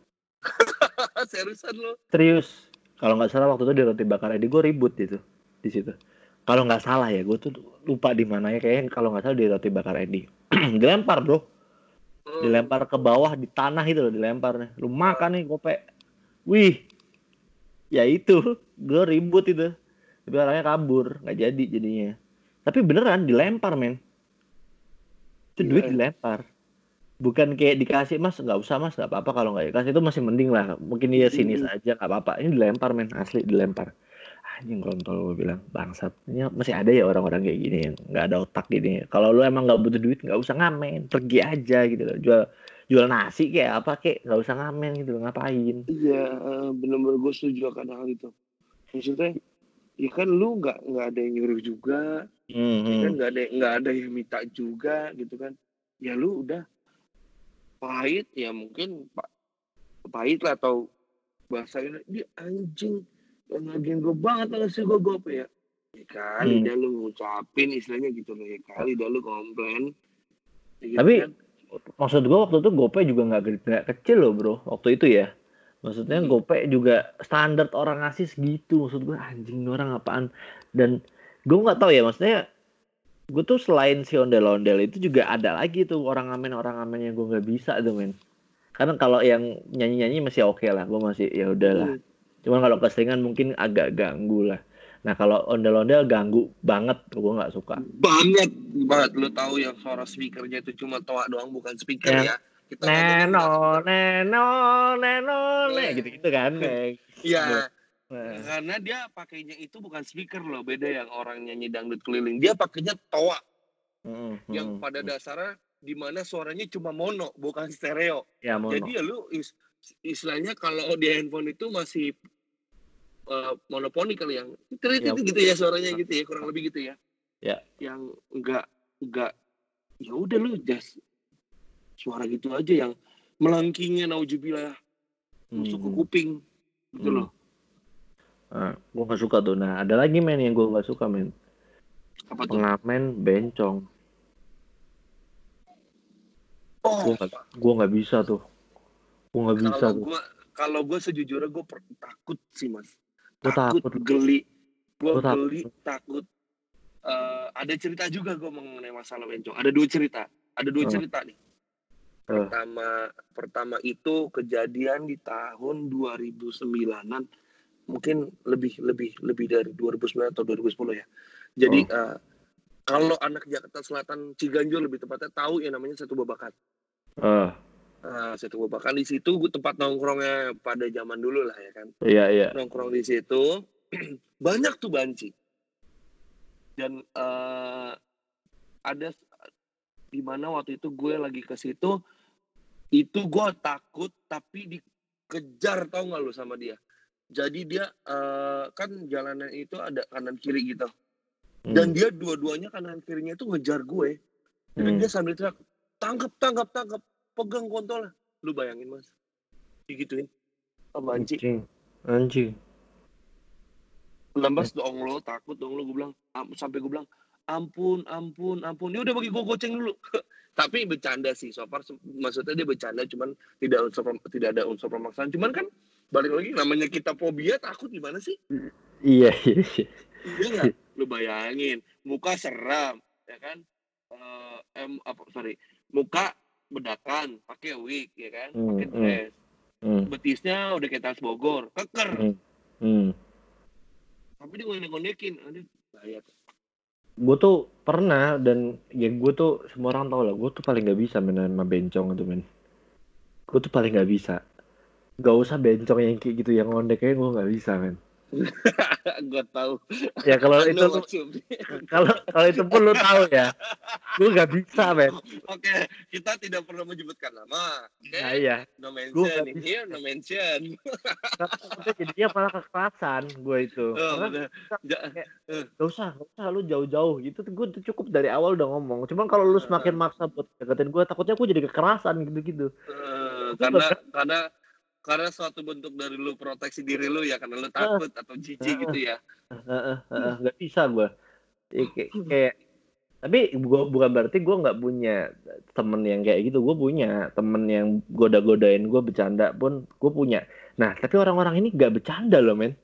Seriusan lo? Serius, kalau nggak salah waktu itu di roti bakar Edi gue ribut gitu di situ. Kalau nggak salah ya, gue tuh lupa di mana ya, kayaknya kalau nggak salah di roti bakar Edi. Dilempar bro, dilempar ke bawah di tanah itu loh dilemparnya. Lu makan nih gope. Wih, ya itu, gue ribut itu. Tapi orangnya kabur, nggak jadi jadinya. Tapi beneran dilempar men, itu Gila duit ya. dilempar. Bukan kayak dikasih, mas nggak usah mas, nggak apa-apa kalau nggak dikasih, itu masih mending lah. Mungkin dia sinis aja, nggak apa-apa. Ini dilempar men, asli dilempar. Anjing kontol, gue bilang bangsat. Ini masih ada ya orang-orang kayak gini yang nggak ada otak gini. Kalau lu emang nggak butuh duit nggak usah ngamen, pergi aja gitu loh. Jual jual nasi kayak apa kayak, nggak usah ngamen gitu loh, ngapain. Iya, eh, bener-bener gue setuju akan hal itu. Maksudnya, ya kan lu nggak nggak ada yang nyuruh juga, ya kan Hmm. nggak ada nggak ada yang minta juga gitu kan. Ya lu udah pahit ya mungkin pak pahit lah atau bahasanya dia anjing yang ngajakin gue banget ngasih gue gope ya. Ya kali Hmm. dah lu ngucapin istilahnya gitu loh, ya kali dah lu komplain ya gitu Tapi kan. maksud gue waktu itu GoPay juga nggak gede- nggak kecil loh bro, waktu itu ya. Maksudnya Mm-mm. GoPay juga standar orang ngasih segitu. Maksud gue anjing, ini orang apaan. Dan gue nggak tahu ya, maksudnya gue tuh selain si ondel-ondel itu juga ada lagi tuh orang ngamen orang ngamen yang gue nggak bisa tuh men. Karena kalau yang nyanyi-nyanyi masih oke lah, gue masih ya udahlah. Mm-mm. Cuman kalau keseringan mungkin agak ganggu lah. Nah kalau ondel-ondel ganggu banget, gue nggak suka. Banget banget lu tahu yang suara speakernya itu cuma toa doang bukan speaker Yang ya. Kita ngomongin neno nggak speaker. neno neno ne Iya. gitu-gitu kan. Eh, Iya, nah, karena dia pakainya itu bukan speaker loh, beda yang orang nyanyi dangdut keliling. Dia pakainya toa mm, yang mm, pada mm. dasarnya di mana suaranya cuma mono, bukan stereo. Ya mono. Jadi ya lu is, istilahnya kalau di handphone itu masih uh, monoponi kali yang itu Ya, itu gitu ya suaranya gitu ya, kurang lebih gitu ya. ya. Yang enggak enggak ya udah lu just suara gitu aja yang melengkingnya naujubillah masuk ke Hmm, kuping gitu hmm. loh. Nah, gue gak suka tuh. Nah, ada lagi men yang gue gak suka men. Apa tuh? Pengamen bencong. Oh, Gue gak, gue gak bisa tuh. Gue gak bisa kalau tuh. gue kalau gue sejujurnya gue takut sih mas, Gue takut takut. geli, gue Gue takut. geli takut. Uh, ada cerita juga gue mengenai masalah bencong. Ada dua cerita, ada dua Uh, cerita nih. uh, Pertama pertama itu kejadian di tahun dua ribu sembilanan, mungkin lebih lebih lebih dari dua ribu sembilan atau dua ribu sepuluh ya. Jadi uh, uh, kalau anak Jakarta Selatan Ciganjur lebih tepatnya tahu yang namanya Setu Babakan. uh. Uh, Setu Babakan di situ gue tempat nongkrongnya pada zaman dulu lah ya kan. Iya, iya. Nongkrong di situ banyak tuh banci. Dan uh, ada di mana waktu itu gue lagi ke situ, itu gue takut tapi dikejar tau nggak lo sama dia. Jadi dia uh, kan jalanan itu ada kanan kiri gitu. Dan Hmm. dia dua-duanya kanan kirinya itu ngejar gue. Dan Hmm. dia sambil teriak, tangkap, tangkap, tangkap, pegang kontolnya. Lu bayangin mas, digituin sama banci. Anjing. Anjing. Lembas dong lo, takut dong lo, gue bilang, sampai gue bilang, ampun, ampun, ampun. Dia udah bagi gue goceng dulu. Tapi bercanda sih, so far maksudnya dia bercanda, cuman tidak unsur tidak ada unsur pemaksaan. Cuman kan balik lagi namanya kita fobia, takut gimana sih? Iya, iya. Iya nggak? Lu bayangin, muka seram, ya kan? Uh, em apa sorry, muka bedakan, pakai wig, ya kan? Hmm, Pakai hmm, dress. hmm, Betisnya udah kayak tas Bogor, keker. hmm, hmm. Tapi dia ngondek-ngondekin, aduh, bahaya tuh. Gue tuh pernah, dan ya gue tuh semua orang tau lah, gue tuh paling gak bisa main sama bencong itu men. Gue tuh paling gak bisa. Gak usah bencong yang kayak gitu, yang ngondek kayaknya gue nggak bisa men. Gue tahu. Ya kalau I itu know lu, what you mean. kalau kalau itu pun lu tahu ya, gue nggak bisa men. Oke, kita tidak perlu menyebutkan nama. Oke, Nah iya, no gue mention nggak in bisa. here, no mention. Karena takutnya jadinya malah kekerasan gue itu. Oh, Karena bener. Ja- kayak eh, gak usah, gak usah lu jauh-jauh gitu. Gue tuh cukup dari awal udah ngomong. Cuman kalau lu semakin eh, maksa buat deketin gue, takutnya gue jadi kekerasan gitu-gitu. eh, Gue gak karena berani. karena karena suatu bentuk dari lu proteksi diri lu ya karena lu takut atau jijik gitu ya. Gak bisa gue. Kayak, kayak tapi gue bukan berarti gue nggak punya temen yang kayak gitu. Gue punya temen yang goda-godain gue, bercanda pun gue punya. Nah tapi orang-orang ini gak bercanda loh men.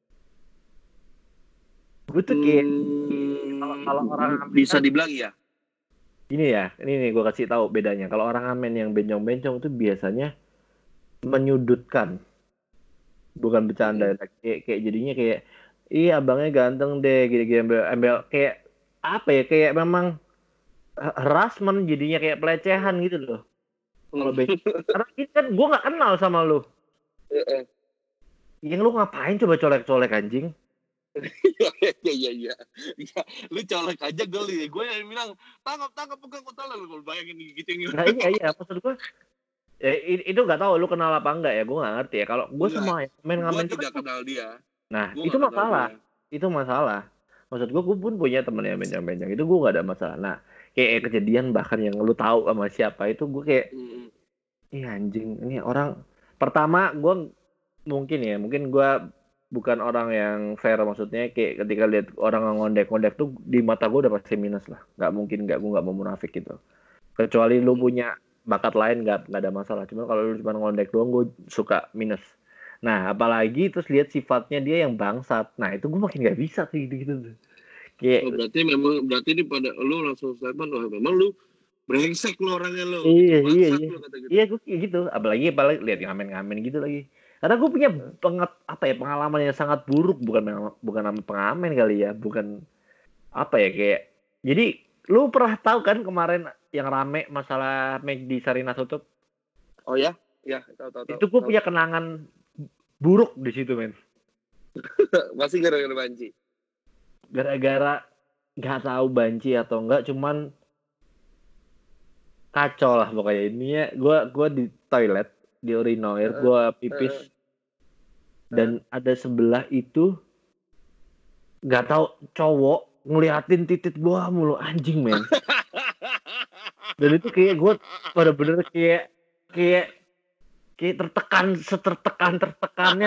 Gue tuh kayak kalau kalau orang Hmm, amen bisa kan dibilang ya. ini ya, ini nih gue kasih tahu bedanya. Kalau orang amen yang bencong-bencong itu biasanya menyudutkan, bukan bercanda. Mm-mm. Kayak, kayak jadinya kayak, iya abangnya ganteng deh, gini-gini ambil, ambil kayak apa ya, kayak memang harassment, jadinya kayak pelecehan gitu loh. Kalau bencong, karena ini kan gue nggak kenal sama lu. Yang lu ngapain coba colek-colek anjing? Iya iya iya. Ya, lu colek aja geli. Gue yang bilang tangkap tangkap pegang kotoran lu bayangin gitu ini. Nah iya iya, maksud gue ya, itu nggak tahu lu kenal apa enggak ya, gue nggak ngerti ya. Kalau gue Enggak, sama yang gue ngamen-ngamen itu kan, tidak kenal dia. nah Gue itu nggak kenal masalah, dia. itu masalah. Maksud gue, gue pun punya temen yang bencong-bencong, itu gue gak ada masalah. Nah kayak kejadian bahkan yang lu tahu sama siapa itu, gue kayak, Mm-mm. ih anjing, ini orang. Pertama gue mungkin ya, mungkin gue bukan orang yang fair, maksudnya kayak ketika lihat orang ngondek-ngondek tuh di mata gue udah pasti minus lah. Nggak mungkin, nggak, gue nggak mau munafik gitu. Kecuali lu punya bakat lain, nggak nggak ada masalah. Cuma kalau lu cuma ngondek doang, gue suka minus. Nah apalagi terus lihat sifatnya dia yang bangsat, nah itu gue makin nggak bisa sih gitu gitu. Oh, Kayak berarti memang berarti ini pada lu langsung statement wah memang lu brengsek lu orangnya lu gitu iya iya bangsat iya lu kata gitu. iya, gue kayak gitu. Apalagi apalagi lihat ngamen-ngamen gitu lagi. Karena gue punya penget apa ya, pengalaman yang sangat buruk, bukan bukan nama pengamen kali ya, bukan apa ya, kayak jadi lu pernah tahu kan kemarin yang rame masalah McD Sarina tutup, Oh ya, ya tahu tahu tahu itu gue tahu. punya kenangan buruk di situ men. Masih gara-gara banci. Gara-gara nggak tahu banci atau enggak, cuman kacau lah pokoknya. Ini ya gue gue di toilet, di urinoir Heeh, gue pipis, heeh, heeh. dan ada sebelah itu nggak tahu cowok ngeliatin titit gue mulu anjing men. Dan itu kayak gue pada bener kayak kayak kayak tertekan, setertekan tertekannya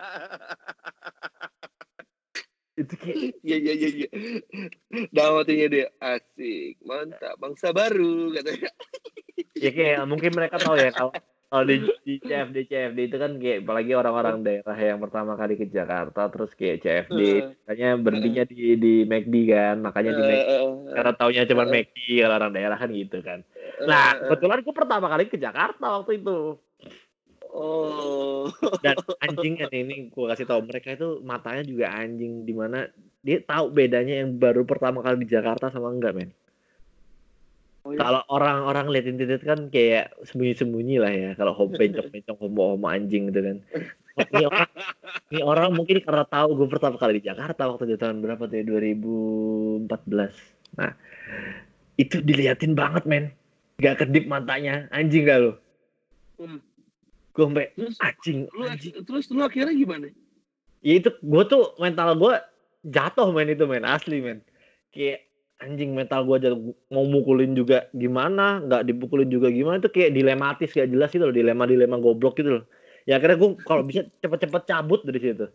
itu kayak, Iya iya iya iya. Dawatinnya dia asik, mantap, bangsa baru katanya. ya kayak mungkin mereka tahu ya kalau kalau di, di C F D C F D itu kan kayak apalagi orang-orang daerah yang pertama kali ke Jakarta, terus kayak C F D makanya berhentinya di di McD kan, makanya di McD karena taunya cuma McD kalau orang daerah kan gitu kan. Nah kebetulan gue pertama kali ke Jakarta waktu itu, Oh. dan anjingnya nih, ini gue kasih tahu, mereka itu matanya juga anjing, dimana dia tahu bedanya yang baru pertama kali di Jakarta sama enggak men. Oh ya. Kalau orang-orang liatin titit kan kayak sembunyi-sembunyi lah ya, kalau hom bencong-bencong homo-homo anjing gitu kan. Ini orang, ini orang mungkin karena tahu gue pertama kali di Jakarta waktu di tahun berapa tuh ya, dua ribu empat belas. Nah itu diliatin banget men, gak kedip matanya anjing gak lo. Hmm. Gue sampai Terus anjing lu anjing. terus lu akhirnya gimana? Ya itu gue tuh mental gue jatuh men, itu men, asli men. Kayak anjing, mental gue jatuh, mau mukulin juga gimana, nggak dipukulin juga gimana, itu kayak dilematis, gak jelas gitu loh, dilema-dilema goblok gitu loh. Ya akhirnya gue kalau bisa cepet-cepet cabut dari situ.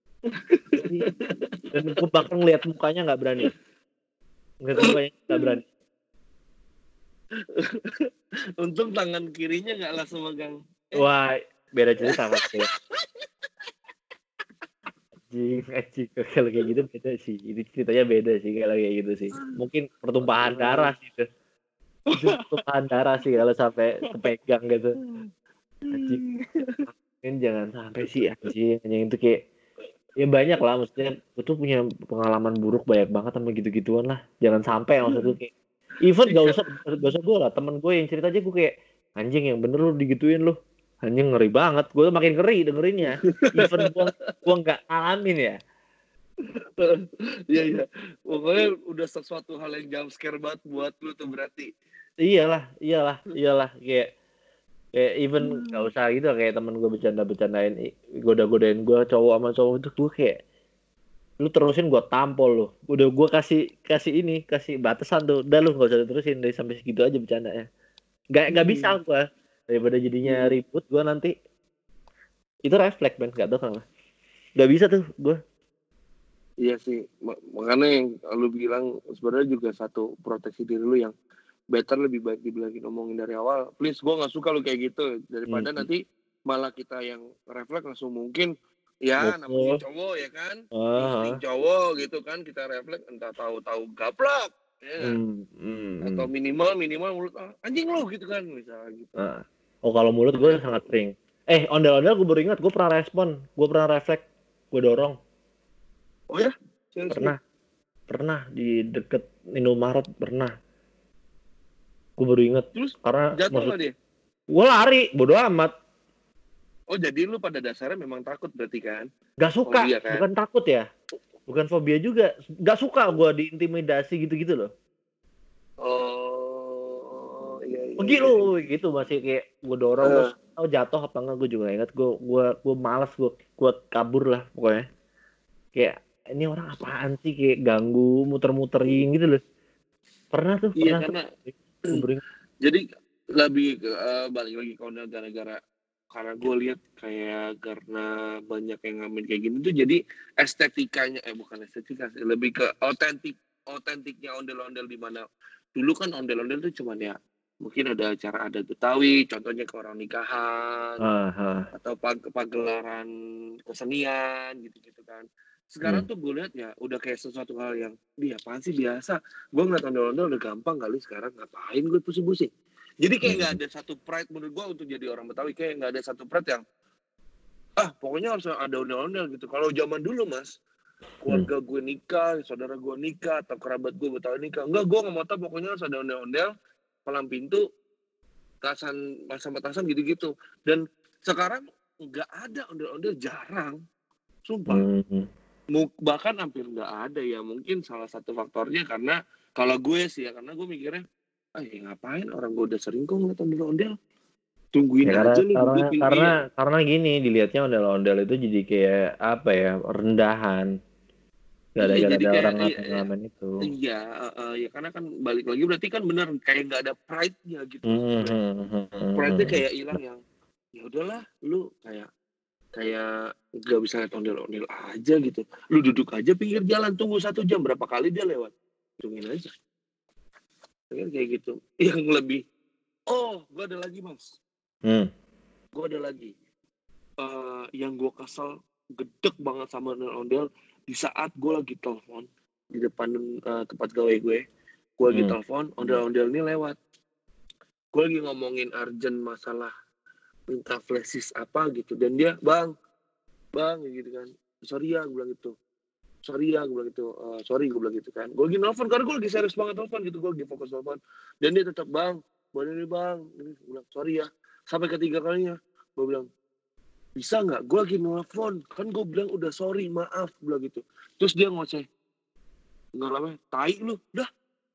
Dan gue bahkan ngeliat mukanya nggak berani. Ngeliat mukanya nggak berani. Untung tangan kirinya nggak langsung megang. Wah, beda cerita mas. Anjing, anjing, kalau kayak gitu beda sih. Ini ceritanya beda sih kalau kayak gitu sih. Mungkin pertumpahan darah sih itu. Itu pertumpahan darah sih kalau sampai kepegang gitu. Anjing, kan jangan sampai sih anjing. Anjing itu kayak, ya banyak lah, maksudnya gue tuh punya pengalaman buruk banyak banget sama gitu-gituan lah. Jangan sampai, maksud gue kayak, even gak usah gak usah gue lah, temen gue yang cerita aja gue kayak, anjing yang bener lu digituin lu. Anjing ngeri banget, gue makin ngeri dengerinnya. Even gue gue nggak alamin ya. Iya iya, pokoknya udah sesuatu hal yang jump scare banget buat lu tuh berarti. Iyalah, iyalah, iyalah kayak kayak even nggak usah gitu kayak temen gue bercanda-bercandain goda-godain gue cowok sama cowok itu gue kayak lu terusin gue tampol lu. Udah gue kasih kasih ini, kasih batasan tuh. Udah lu nggak usah terusin dari sampai segitu aja bercanda ya. Nggak nggak bisa Hmm. gue daripada jadinya Hmm. ribut gue nanti itu refleks Ben nggak tahu kenapa. Nggak bisa tuh gue. Iya sih, Ma- makanya yang lu bilang sebenarnya juga satu proteksi diri lu yang better lebih baik dibilangin ngomongin dari awal. Please, gue nggak suka lu kayak gitu daripada Hmm. nanti malah kita yang refleks langsung mungkin ya namanya Betul. cowok ya kan, insting Ah. cowok gitu kan kita refleks entah tahu-tahu gaplak ya nggak? Hmm. Hmm. Atau Hmm. minimal minimal mulut ah, anjing lu gitu kan misalnya gitu. Ah. Oh kalau mulut gue Makanya sangat sering. Eh ondel-ondel gue baru ingat gue pernah respon, gue pernah refleks, gue dorong. oh ya, seriously. Pernah, pernah di deket Indomaret pernah. Gue baru inget Terus karena jatuh maksud nggak dia? gue lari, bodo amat. Oh jadi lu pada dasarnya memang takut berarti kan? Gak suka, Fobia kan? bukan takut ya, bukan fobia juga. Gak suka gue diintimidasi gitu-gitu loh. Oh iya iya Pergi iya. lu gitu masih kayak gue dorong terus Uh, oh jatuh apa enggak gue juga gak ingat. Gue gue gue malas gue gue kabur lah pokoknya. Kayak ini orang apaan sih kayak ganggu muter-muterin gitu loh. Pernah tuh, iya pernah tuh. karena Gue baru ingat. jadi lebih ke, eh, balik lagi ke ondel gara-gara karena gue lihat kayak karena banyak yang ngamen kayak gini tuh jadi estetikanya eh bukan estetika sih lebih ke otentik otentiknya ondel-ondel di mana dulu kan ondel-ondel tuh cuman ya mungkin ada acara adat Betawi contohnya ke orang nikahan Ah, ah. atau pag pagelaran kesenian gitu-gitu kan. Sekarang Hmm. tuh gue lihat ya udah kayak sesuatu hal yang dia apaan sih biasa. Gue ngeliat ondel-ondel udah gampang kali sekarang ngapain gue pusing-pusing. Jadi kayak nggak Hmm. ada satu pride menurut gue untuk jadi orang Betawi kayak nggak ada satu pride yang ah pokoknya harus ada ondel-ondel gitu. Kalau zaman dulu mas Hmm. keluarga gue nikah, saudara gue nikah atau kerabat gue Betawi nikah, enggak gue nggak mau tahu pokoknya harus ada ondel-ondel palang pintu tasan pasang petasan gitu-gitu. Dan sekarang nggak ada ondel-ondel jarang, sumpah. Hmm. Bahkan hampir nggak ada ya. Mungkin salah satu faktornya karena kalau gue sih ya karena gue mikirnya, ah ya ngapain orang gue udah sering kok ngeliat ondel-ondel. Tungguin Ya karena aja lu karena duduk karena tinggi ya. karena gini dilihatnya ondel-ondel itu jadi kayak apa ya rendahan. Iya Gara-gara jadi ada kayak orang iya, iya, ngamen-ngamen itu. iya uh, uh, ya karena kan balik lagi berarti kan bener kayak nggak ada pride-nya gitu maksud Hmm. gue. Hmm. Hmm. Pride-nya Hmm. kayak hilang yang ya udahlah lu kayak kayak nggak bisa lihat ondel-ondel aja gitu. Lu duduk aja pinggir jalan tunggu satu jam berapa kali dia lewat. Tungguin aja. Kan kayak gitu. Yang lebih. Oh, gue ada lagi mas. Hmm. Gue ada lagi. Uh, yang gue kesel gedek banget sama ondel-ondel di saat gue lagi telepon di depan uh, tempat gawe gue. Gue lagi Hmm. telepon ondel-ondel ini lewat. Gue lagi ngomongin urgent masalah minta flashdisk apa gitu dan dia bang bang gitu kan sorry ya gue bilang gitu sorry ya gue bilang gitu uh, sorry gue bilang gitu kan gue lagi nelfon karena gue lagi serius banget telepon gitu gue lagi fokus telepon dan dia tetap bang boleh nih bang ini gue bilang sorry ya sampai ketiga kalinya gue bilang bisa nggak gue lagi nelfon kan gue bilang udah sorry maaf gue bilang gitu terus dia ngoceh nggak lama tai lu dah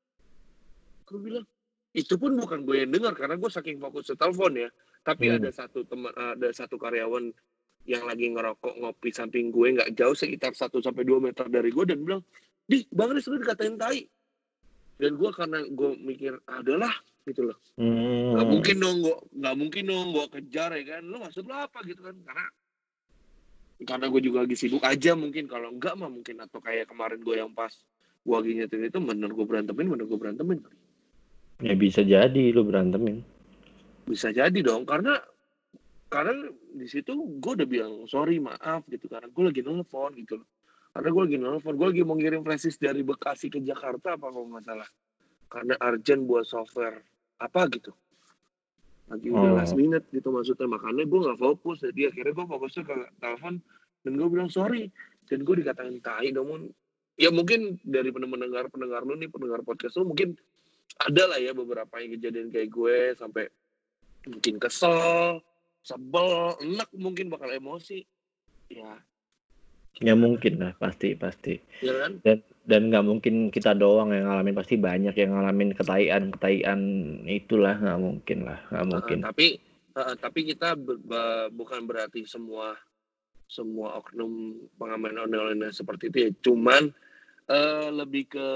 gue bilang itu pun bukan gue yang dengar karena gue saking fokus ke telepon ya tapi Hmm. ada satu teman ada satu karyawan yang lagi ngerokok ngopi samping gue nggak jauh sekitar satu sampai dua meter dari gue dan bilang di bang Riz lu dikatain tai dan gue karena gue mikir adalah gitu loh nggak Hmm. mungkin dong gue nggak mungkin dong gue kejar ya kan lu maksud lu apa gitu kan karena karena gue juga lagi sibuk aja mungkin kalau enggak mah mungkin atau kayak kemarin gue yang pas gue lagi nyetir itu bener gue berantemin bener gue berantemin Ya bisa jadi lu berantemin. bisa jadi dong karena karena di situ gue udah bilang sorry maaf gitu karena gue lagi nelfon gitu loh karena gue lagi nelfon gue lagi mau ngirim flashdisk dari Bekasi ke Jakarta apa kalau nggak salah karena urgent buat software apa gitu lagi udah last Oh. minute gitu maksudnya makanya gue nggak fokus jadi akhirnya gue fokusnya ke telepon dan gue bilang sorry dan gue dikatain tai dong ya mungkin dari pendengar pendengar lu nih pendengar podcast lu mungkin ada lah ya beberapa yang kejadian kayak gue sampai mungkin kesel sebel, enek mungkin bakal emosi. Ya, Ya mungkin lah, pasti pasti. ya kan? Dan dan nggak mungkin kita doang yang ngalamin, pasti banyak yang ngalamin ketaian ketaian itulah, nggak mungkin lah, nggak Uh, mungkin. tapi uh, tapi kita be- be- bukan berarti semua semua oknum pengamen online seperti itu ya. Cuman uh, lebih ke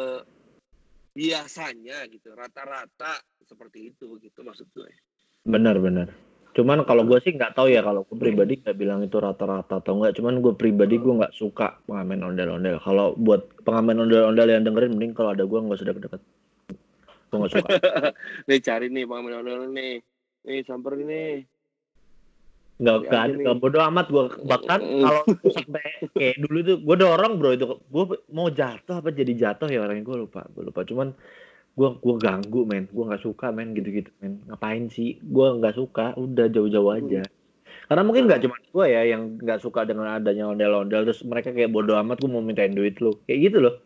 biasanya gitu, rata-rata seperti itu gitu maksud gue. Benar-benar. Cuman kalau gue sih nggak tahu ya, kalau gue pribadi nggak bilang itu rata-rata atau enggak. Cuman gue pribadi gue nggak suka pengamen ondel-ondel. Kalau buat pengamen ondel-ondel yang dengerin, mending kalau ada gue nggak usah deket-deket. Gue nggak suka. Nih cari nih pengamen online nih. Nih samperin nih. Nggak Cari nggak aja ada, nih. nggak bodo amat gue. Bahkan kalau sampai kayak dulu itu gue dorong bro, itu gue mau jatuh apa jadi jatuh ya orangnya, gue lupa. Gue lupa. Cuman gue gue ganggu men. Gue nggak suka men gitu-gitu men. Ngapain sih? Gue nggak suka. Udah jauh-jauh aja. Karena mungkin nggak cuma gue ya yang nggak suka dengan adanya ondel-ondel, terus mereka kayak bodo amat gue mau mintain duit lu, kayak gitu loh.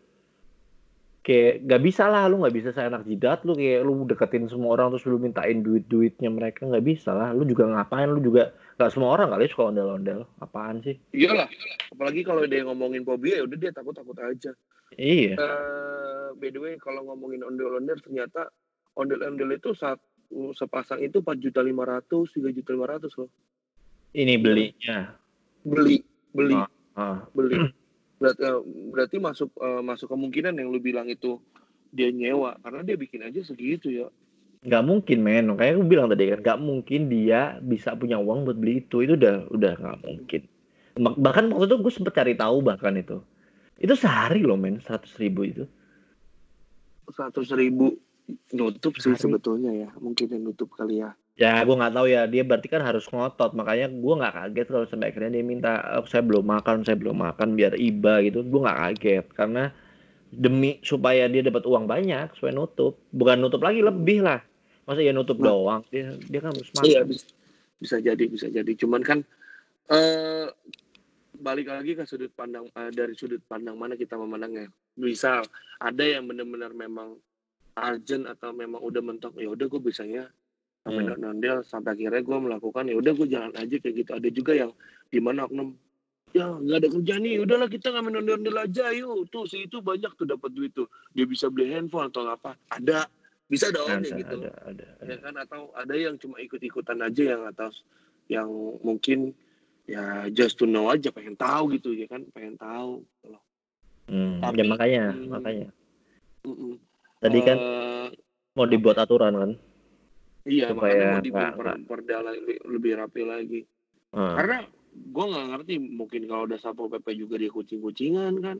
Kayak nggak bisa lah, lu nggak bisa seenak jidat lu, kayak lu deketin semua orang terus lu mintain duit-duitnya mereka, nggak bisa lah. Lu juga ngapain, lu juga nggak semua orang kali suka ondel-ondel, apaan sih? Iyalah, apalagi kalau dia ngomongin fobia ya udah dia takut-takut aja. Iya. Uh, by the way, kalau ngomongin ondel-ondel ternyata ondel-ondel itu satu sepasang itu empat juta lima ratus, tiga juta lima ratus loh. Ini Iya kan? belinya. Beli, beli, Ah, ah. beli. Berarti, berarti masuk uh, masuk kemungkinan yang lu bilang itu dia nyewa karena dia bikin aja segitu ya. Nggak mungkin men, kayak aku bilang tadi kan, nggak mungkin dia bisa punya uang buat beli itu, itu udah udah nggak mungkin. Bahkan waktu itu gue sempet cari tahu, bahkan itu itu sehari loh men, seratus ribu itu Seratus ribu nutup sih sehari. sebetulnya ya, mungkin yang nutup kali ya. Ya gue nggak tahu ya, dia berarti kan harus ngotot, makanya gue nggak kaget kalau sampai akhirnya dia minta, "Eh, saya belum makan, saya belum makan biar iba," gitu. Gue nggak kaget karena demi supaya dia dapat uang banyak supaya nutup, bukan nutup lagi lebih lah, masa ya nutup Nah, doang, dia dia kan harus iya makan. bisa, bisa jadi, bisa jadi. Cuman kan eh balik lagi ke sudut pandang eh, dari sudut pandang mana kita memandangnya. Misal ada yang benar-benar memang urgent atau memang udah mentok, ya udah gue bisanya main Hmm. ondel sampai akhirnya gue melakukan, ya udah gue jalan aja kayak gitu. Ada juga yang dimana oknum ya nggak ada kerjaan nih, udahlah kita nggak main ondel-ondel aja, yuk tuh si itu banyak tuh dapat duit tuh, dia bisa beli handphone atau apa, ada bisa dong Ada, kayak gitu ada, ada, ya ada. kan. Atau ada yang cuma ikut-ikutan aja, yang atas yang mungkin ya just to know aja, pengen tahu gitu ya kan, pengen tahu gitu loh. Hmm, ya Tapi makanya, hmm, makanya. mm, mm, Tadi kan eh, mau apa dibuat ya, aturan kan, iya makanya supaya mau nggak dibikin per, nggak. perda lebih, lebih rapi lagi. Hmm. Karena gue nggak ngerti, mungkin kalau udah Satpol P P juga dia kucing-kucingan kan.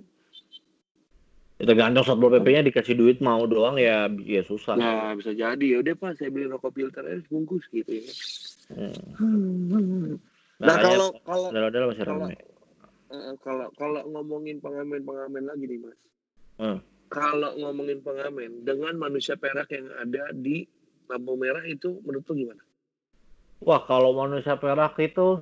Ya, tergantung satpol pp-nya dikasih duit mau doang ya, ya susah. Nah bisa jadi ya udah pak saya beli rokok filter aja bungkus gitu ya. Hmm. Nah Makanya kalau kalau ondel-ondel masih kalau ramai. eh, kalau kalau ngomongin pengamen-pengamen lagi nih mas, Hmm. kalau ngomongin pengamen dengan manusia perak yang ada di lampu merah itu menurut lu gimana? Wah, kalau manusia perak itu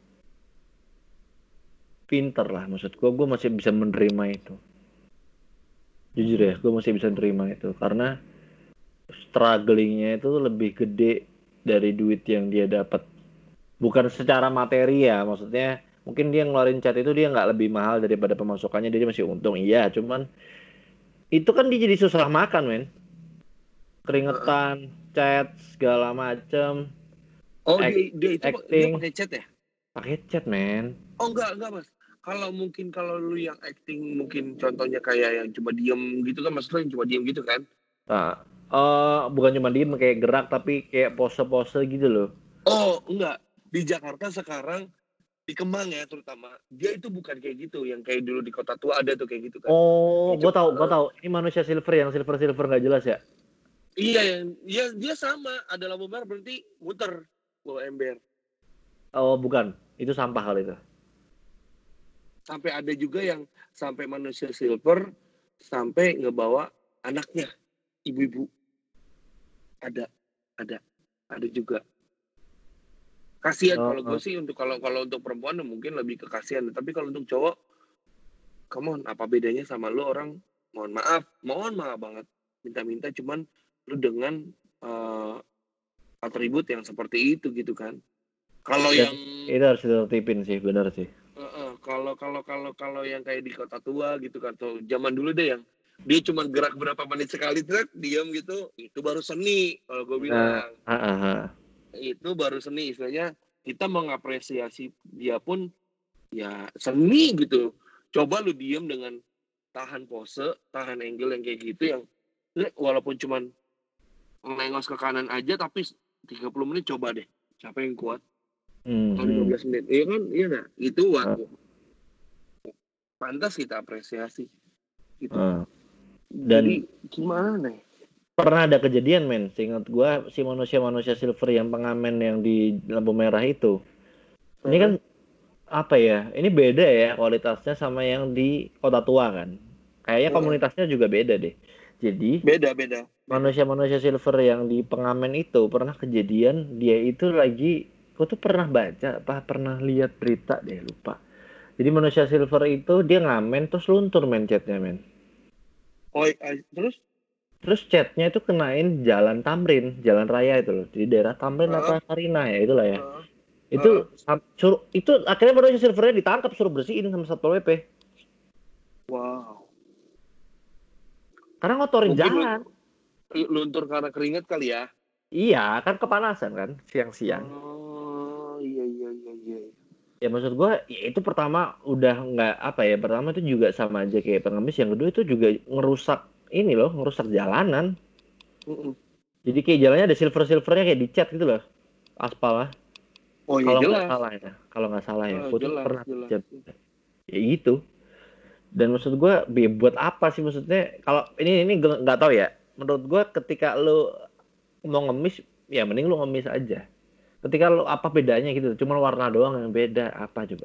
pinter lah, maksud gue, gue masih bisa menerima itu. Jujur ya, gue masih bisa menerima itu karena strugglingnya itu lebih gede dari duit yang dia dapat. Bukan secara materi ya, maksudnya mungkin dia ngeluarin cat itu dia nggak lebih mahal daripada pemasukannya, dia masih untung. Iya, cuman itu kan dia jadi susah makan, men. Heeh. Keringetan, cat, segala macem, Oh act- dia dia itu dia acting, pakai cat ya? pakai cat, men. Oh enggak enggak mas. Kalau mungkin kalau lu yang acting mungkin contohnya kayak yang cuma diem gitu kan, mas lu yang cuma diem gitu kan? Nah, eh bukan cuma diem kayak gerak, tapi kayak pose-pose gitu loh. Oh enggak, di Jakarta sekarang di Kemang ya terutama dia itu bukan kayak gitu, yang kayak dulu di kota tua ada tuh kayak gitu kan. Oh, Yang gue cuma, tahu, gue uh, tahu. Ini manusia silver yang silver silver nggak jelas ya. iya yang dia dia sama, ada lampu merah berhenti muter bawa ember. Oh, bukan. Itu sampah kali itu. Sampai ada juga yang sampai manusia silver sampai ngebawa anaknya, ibu-ibu, ada ada ada juga. Kasihan kalau gue Oh, sih, untuk kalau kalau untuk perempuan mungkin lebih ke kasihan, tapi kalau untuk cowok, come on, apa bedanya sama lu orang, mohon maaf, mohon maaf banget, minta-minta cuman lu dengan uh, atribut yang seperti itu gitu kan. Kalau Dan yang itu harus ditertipin sih, benar sih. uh, uh, kalau kalau kalau kalau yang kayak di kota tua gitu kan, atau zaman dulu deh yang dia cuma gerak berapa menit sekali truk diam gitu, itu baru seni kalau gue Nah, bilang. ah, ah, ah. Itu baru seni, istilahnya kita mengapresiasi dia pun ya seni gitu. Coba lu diem dengan tahan pose, tahan angle yang kayak gitu, yang walaupun cuman melengos ke kanan aja tapi tiga puluh menit, coba deh siapa yang kuat. Hmm, Atau hmm. lima belas menit, iya kan, iya nggak, itu Ah, waktu pantas kita apresiasi gitu. ah. Jadi Dan gimana nih, pernah ada kejadian men, seingat gua si manusia-manusia silver yang pengamen yang di lampu merah itu. Ini kan uh-huh. apa ya? Ini beda ya kualitasnya sama yang di kota tua kan. Kayaknya Uh-huh. komunitasnya juga beda deh. Jadi beda beda beda manusia-manusia silver yang di pengamen itu pernah kejadian dia itu lagi, gua tuh pernah baca apa pernah lihat berita deh lupa. Jadi manusia silver itu dia ngamen terus luntur men chatnya men. oh I- terus Terus chatnya itu kenain jalan Tamrin, jalan raya itu loh. Di daerah Tamrin uh-huh. apa Sarinah ya itulah ya. Uh-huh. Uh-huh. Itu sam- suruh itu akhirnya manusia silvernya ditangkap suruh bersihin sama Satpol P P. Wow, Karena ngotorin mungkin lu, jalan. luntur karena keringat kali ya. Iya, kan kepanasan kan siang-siang. Oh iya iya iya iya. Ya maksud gua ya itu pertama udah nggak apa ya, pertama itu juga sama aja kayak pengemis, yang kedua itu juga ngerusak ini loh, ngerusak jalanan. Mm-mm. Jadi kayak jalannya ada silver-silvernya kayak dicat gitu loh. Aspal lah. Oh iya Kalau nggak jelas. salah ya, kalau nggak salah ya, Uh, aku tuh jelas pernah jelas. baca. Ya gitu. Dan maksud gue buat apa sih, maksudnya kalau ini ini gue nggak tahu ya, menurut gue ketika lu mau ngemis ya mending lu ngemis aja. Ketika lu apa bedanya gitu, cuma warna doang yang beda, apa coba,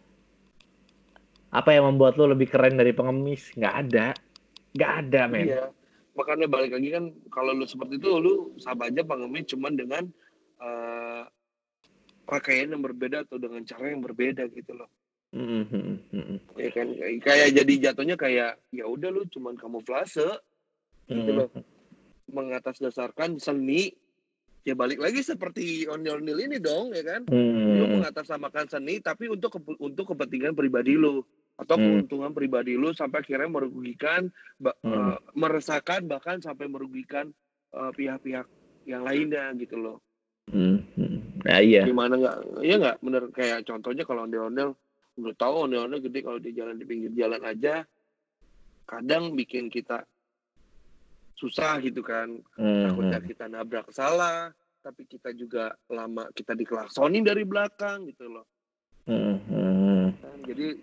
apa yang membuat lu lebih keren dari pengemis? Nggak ada, nggak ada men. Iya. Makanya balik lagi kan, kalau lu seperti itu lu sama aja pengemis, cuman dengan uh, pakaian yang berbeda atau dengan cara yang berbeda gitu loh. Mm, mm, mm, mm. Ya kan, kayak jadi jatuhnya kayak ya udah lu cuman kamuflase gitu Mm, loh. Mengatasdasarkan seni, ya balik lagi seperti ondel-ondel ini dong, ya kan. Lu mm, mengatasnamakan seni tapi untuk ke, untuk kepentingan pribadi lu atau mm, keuntungan pribadi lu, sampai akhirnya merugikan, mm, uh, meresahkan, bahkan sampai merugikan uh, pihak-pihak yang lainnya gitu loh. mm, mm. Nah iya. Gimana nggak? Iya nggak, bener kayak contohnya kalau ondel-ondel, udah tahu ondel-ondel gede kalau di jalan, di pinggir jalan aja kadang bikin kita susah gitu kan. Mm, Takutnya mm, kita nabrak salah, tapi kita juga lama kita dikelaksonin dari belakang gitu loh. mm, mm. Jadi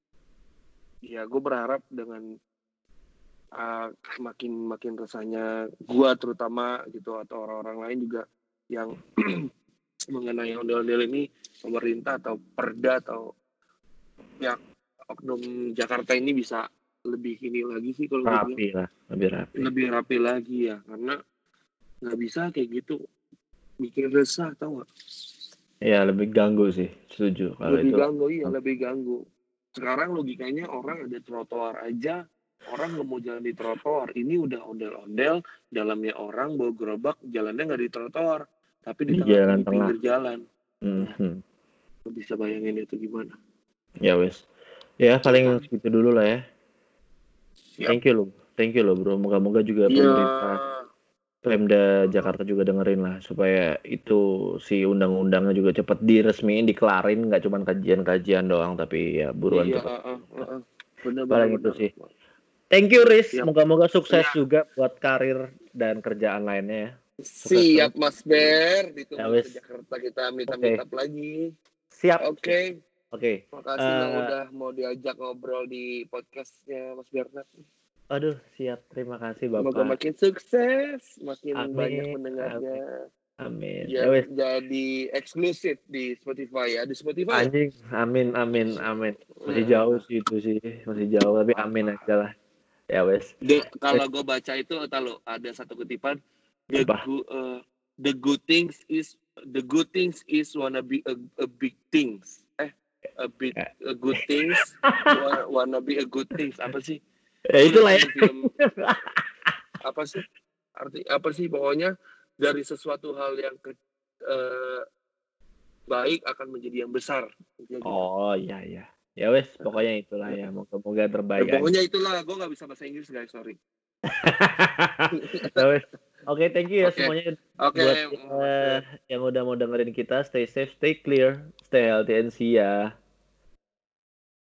ya gue berharap dengan uh, makin makin resahnya gue terutama gitu, atau orang-orang lain juga yang mengenai ondel-ondel ini, pemerintah atau Perda atau pihak oknum Jakarta ini bisa lebih ini lagi sih, kalau gue bilang Rapi lah, lebih rapi. lebih rapi lagi ya, karena nggak bisa kayak gitu, bikin resah, tau nggak? Ya lebih ganggu sih, setuju kalau Lebih itu. ganggu, iya lebih ganggu. Sekarang logikanya orang ada trotoar aja, orang nggak mau jalan di trotoar, ini udah ondel-ondel, dalamnya orang bawa gerobak, jalannya nggak di trotoar tapi di Di tengah jalan di tengah. pinggir jalan. Nah, Hmm. lo bisa bayangin itu gimana. Ya wes. Ya Ya paling kan? segitu dulu lah ya. Siap. Thank you loh. Thank you loh bro. Moga-moga juga Iya. pemerintah Pemda Jakarta juga dengerin lah supaya itu si undang-undangnya juga cepat diresmiin, dikelarin, nggak cuma kajian-kajian doang tapi ya buruan Iya, cepet. uh, uh, uh. Bener-bener Paling itu bener. sih. Thank you Riz. Siap. Moga-moga sukses Iya. juga buat karir dan kerjaan lainnya ya. Sukses terus. Siap Mas Ber, Ya ditunggu ke wes. Jakarta kita Oke. meetup-meetup lagi. Siap. Oke. Okay. Oke. Makasih Bang Eh, udah mau diajak ngobrol di podcastnya Mas Bernard. aduh, siap. Terima kasih Semoga Bapak. makin sukses, makin banyak Amin. Amin. pendengarnya. Amin. Ya Biar wes. jadi eksklusif di Spotify ya. Di Spotify ya? Anjing, amin, amin, amin. Masih jauh Nah, sih itu sih, masih jauh. Tapi amin aja lah. Ya wes. The, Wes, kalau gue baca itu, tahu ada satu kutipan, the apa? good, uh, the good things is the good things is wanna be a, a big things. Eh, a bit Ya, a good things, wanna, wanna be a good things. Apa sih? ya Gue itulah liat ya. film-film apa sih? Arti apa sih? Pokoknya dari sesuatu hal yang ke, uh, baik akan menjadi yang besar. Gitu. Oh iya iya. Ya wes, pokoknya itulah ya. Moga-moga terbaik. Ya, pokoknya itulah, gue nggak bisa bahasa Inggris guys, sorry. Ya wes. Oke, okay, thank you ya okay. semuanya okay. buat uh, yang udah mau dengerin kita. Stay safe, stay clear, stay healthy, and see ya.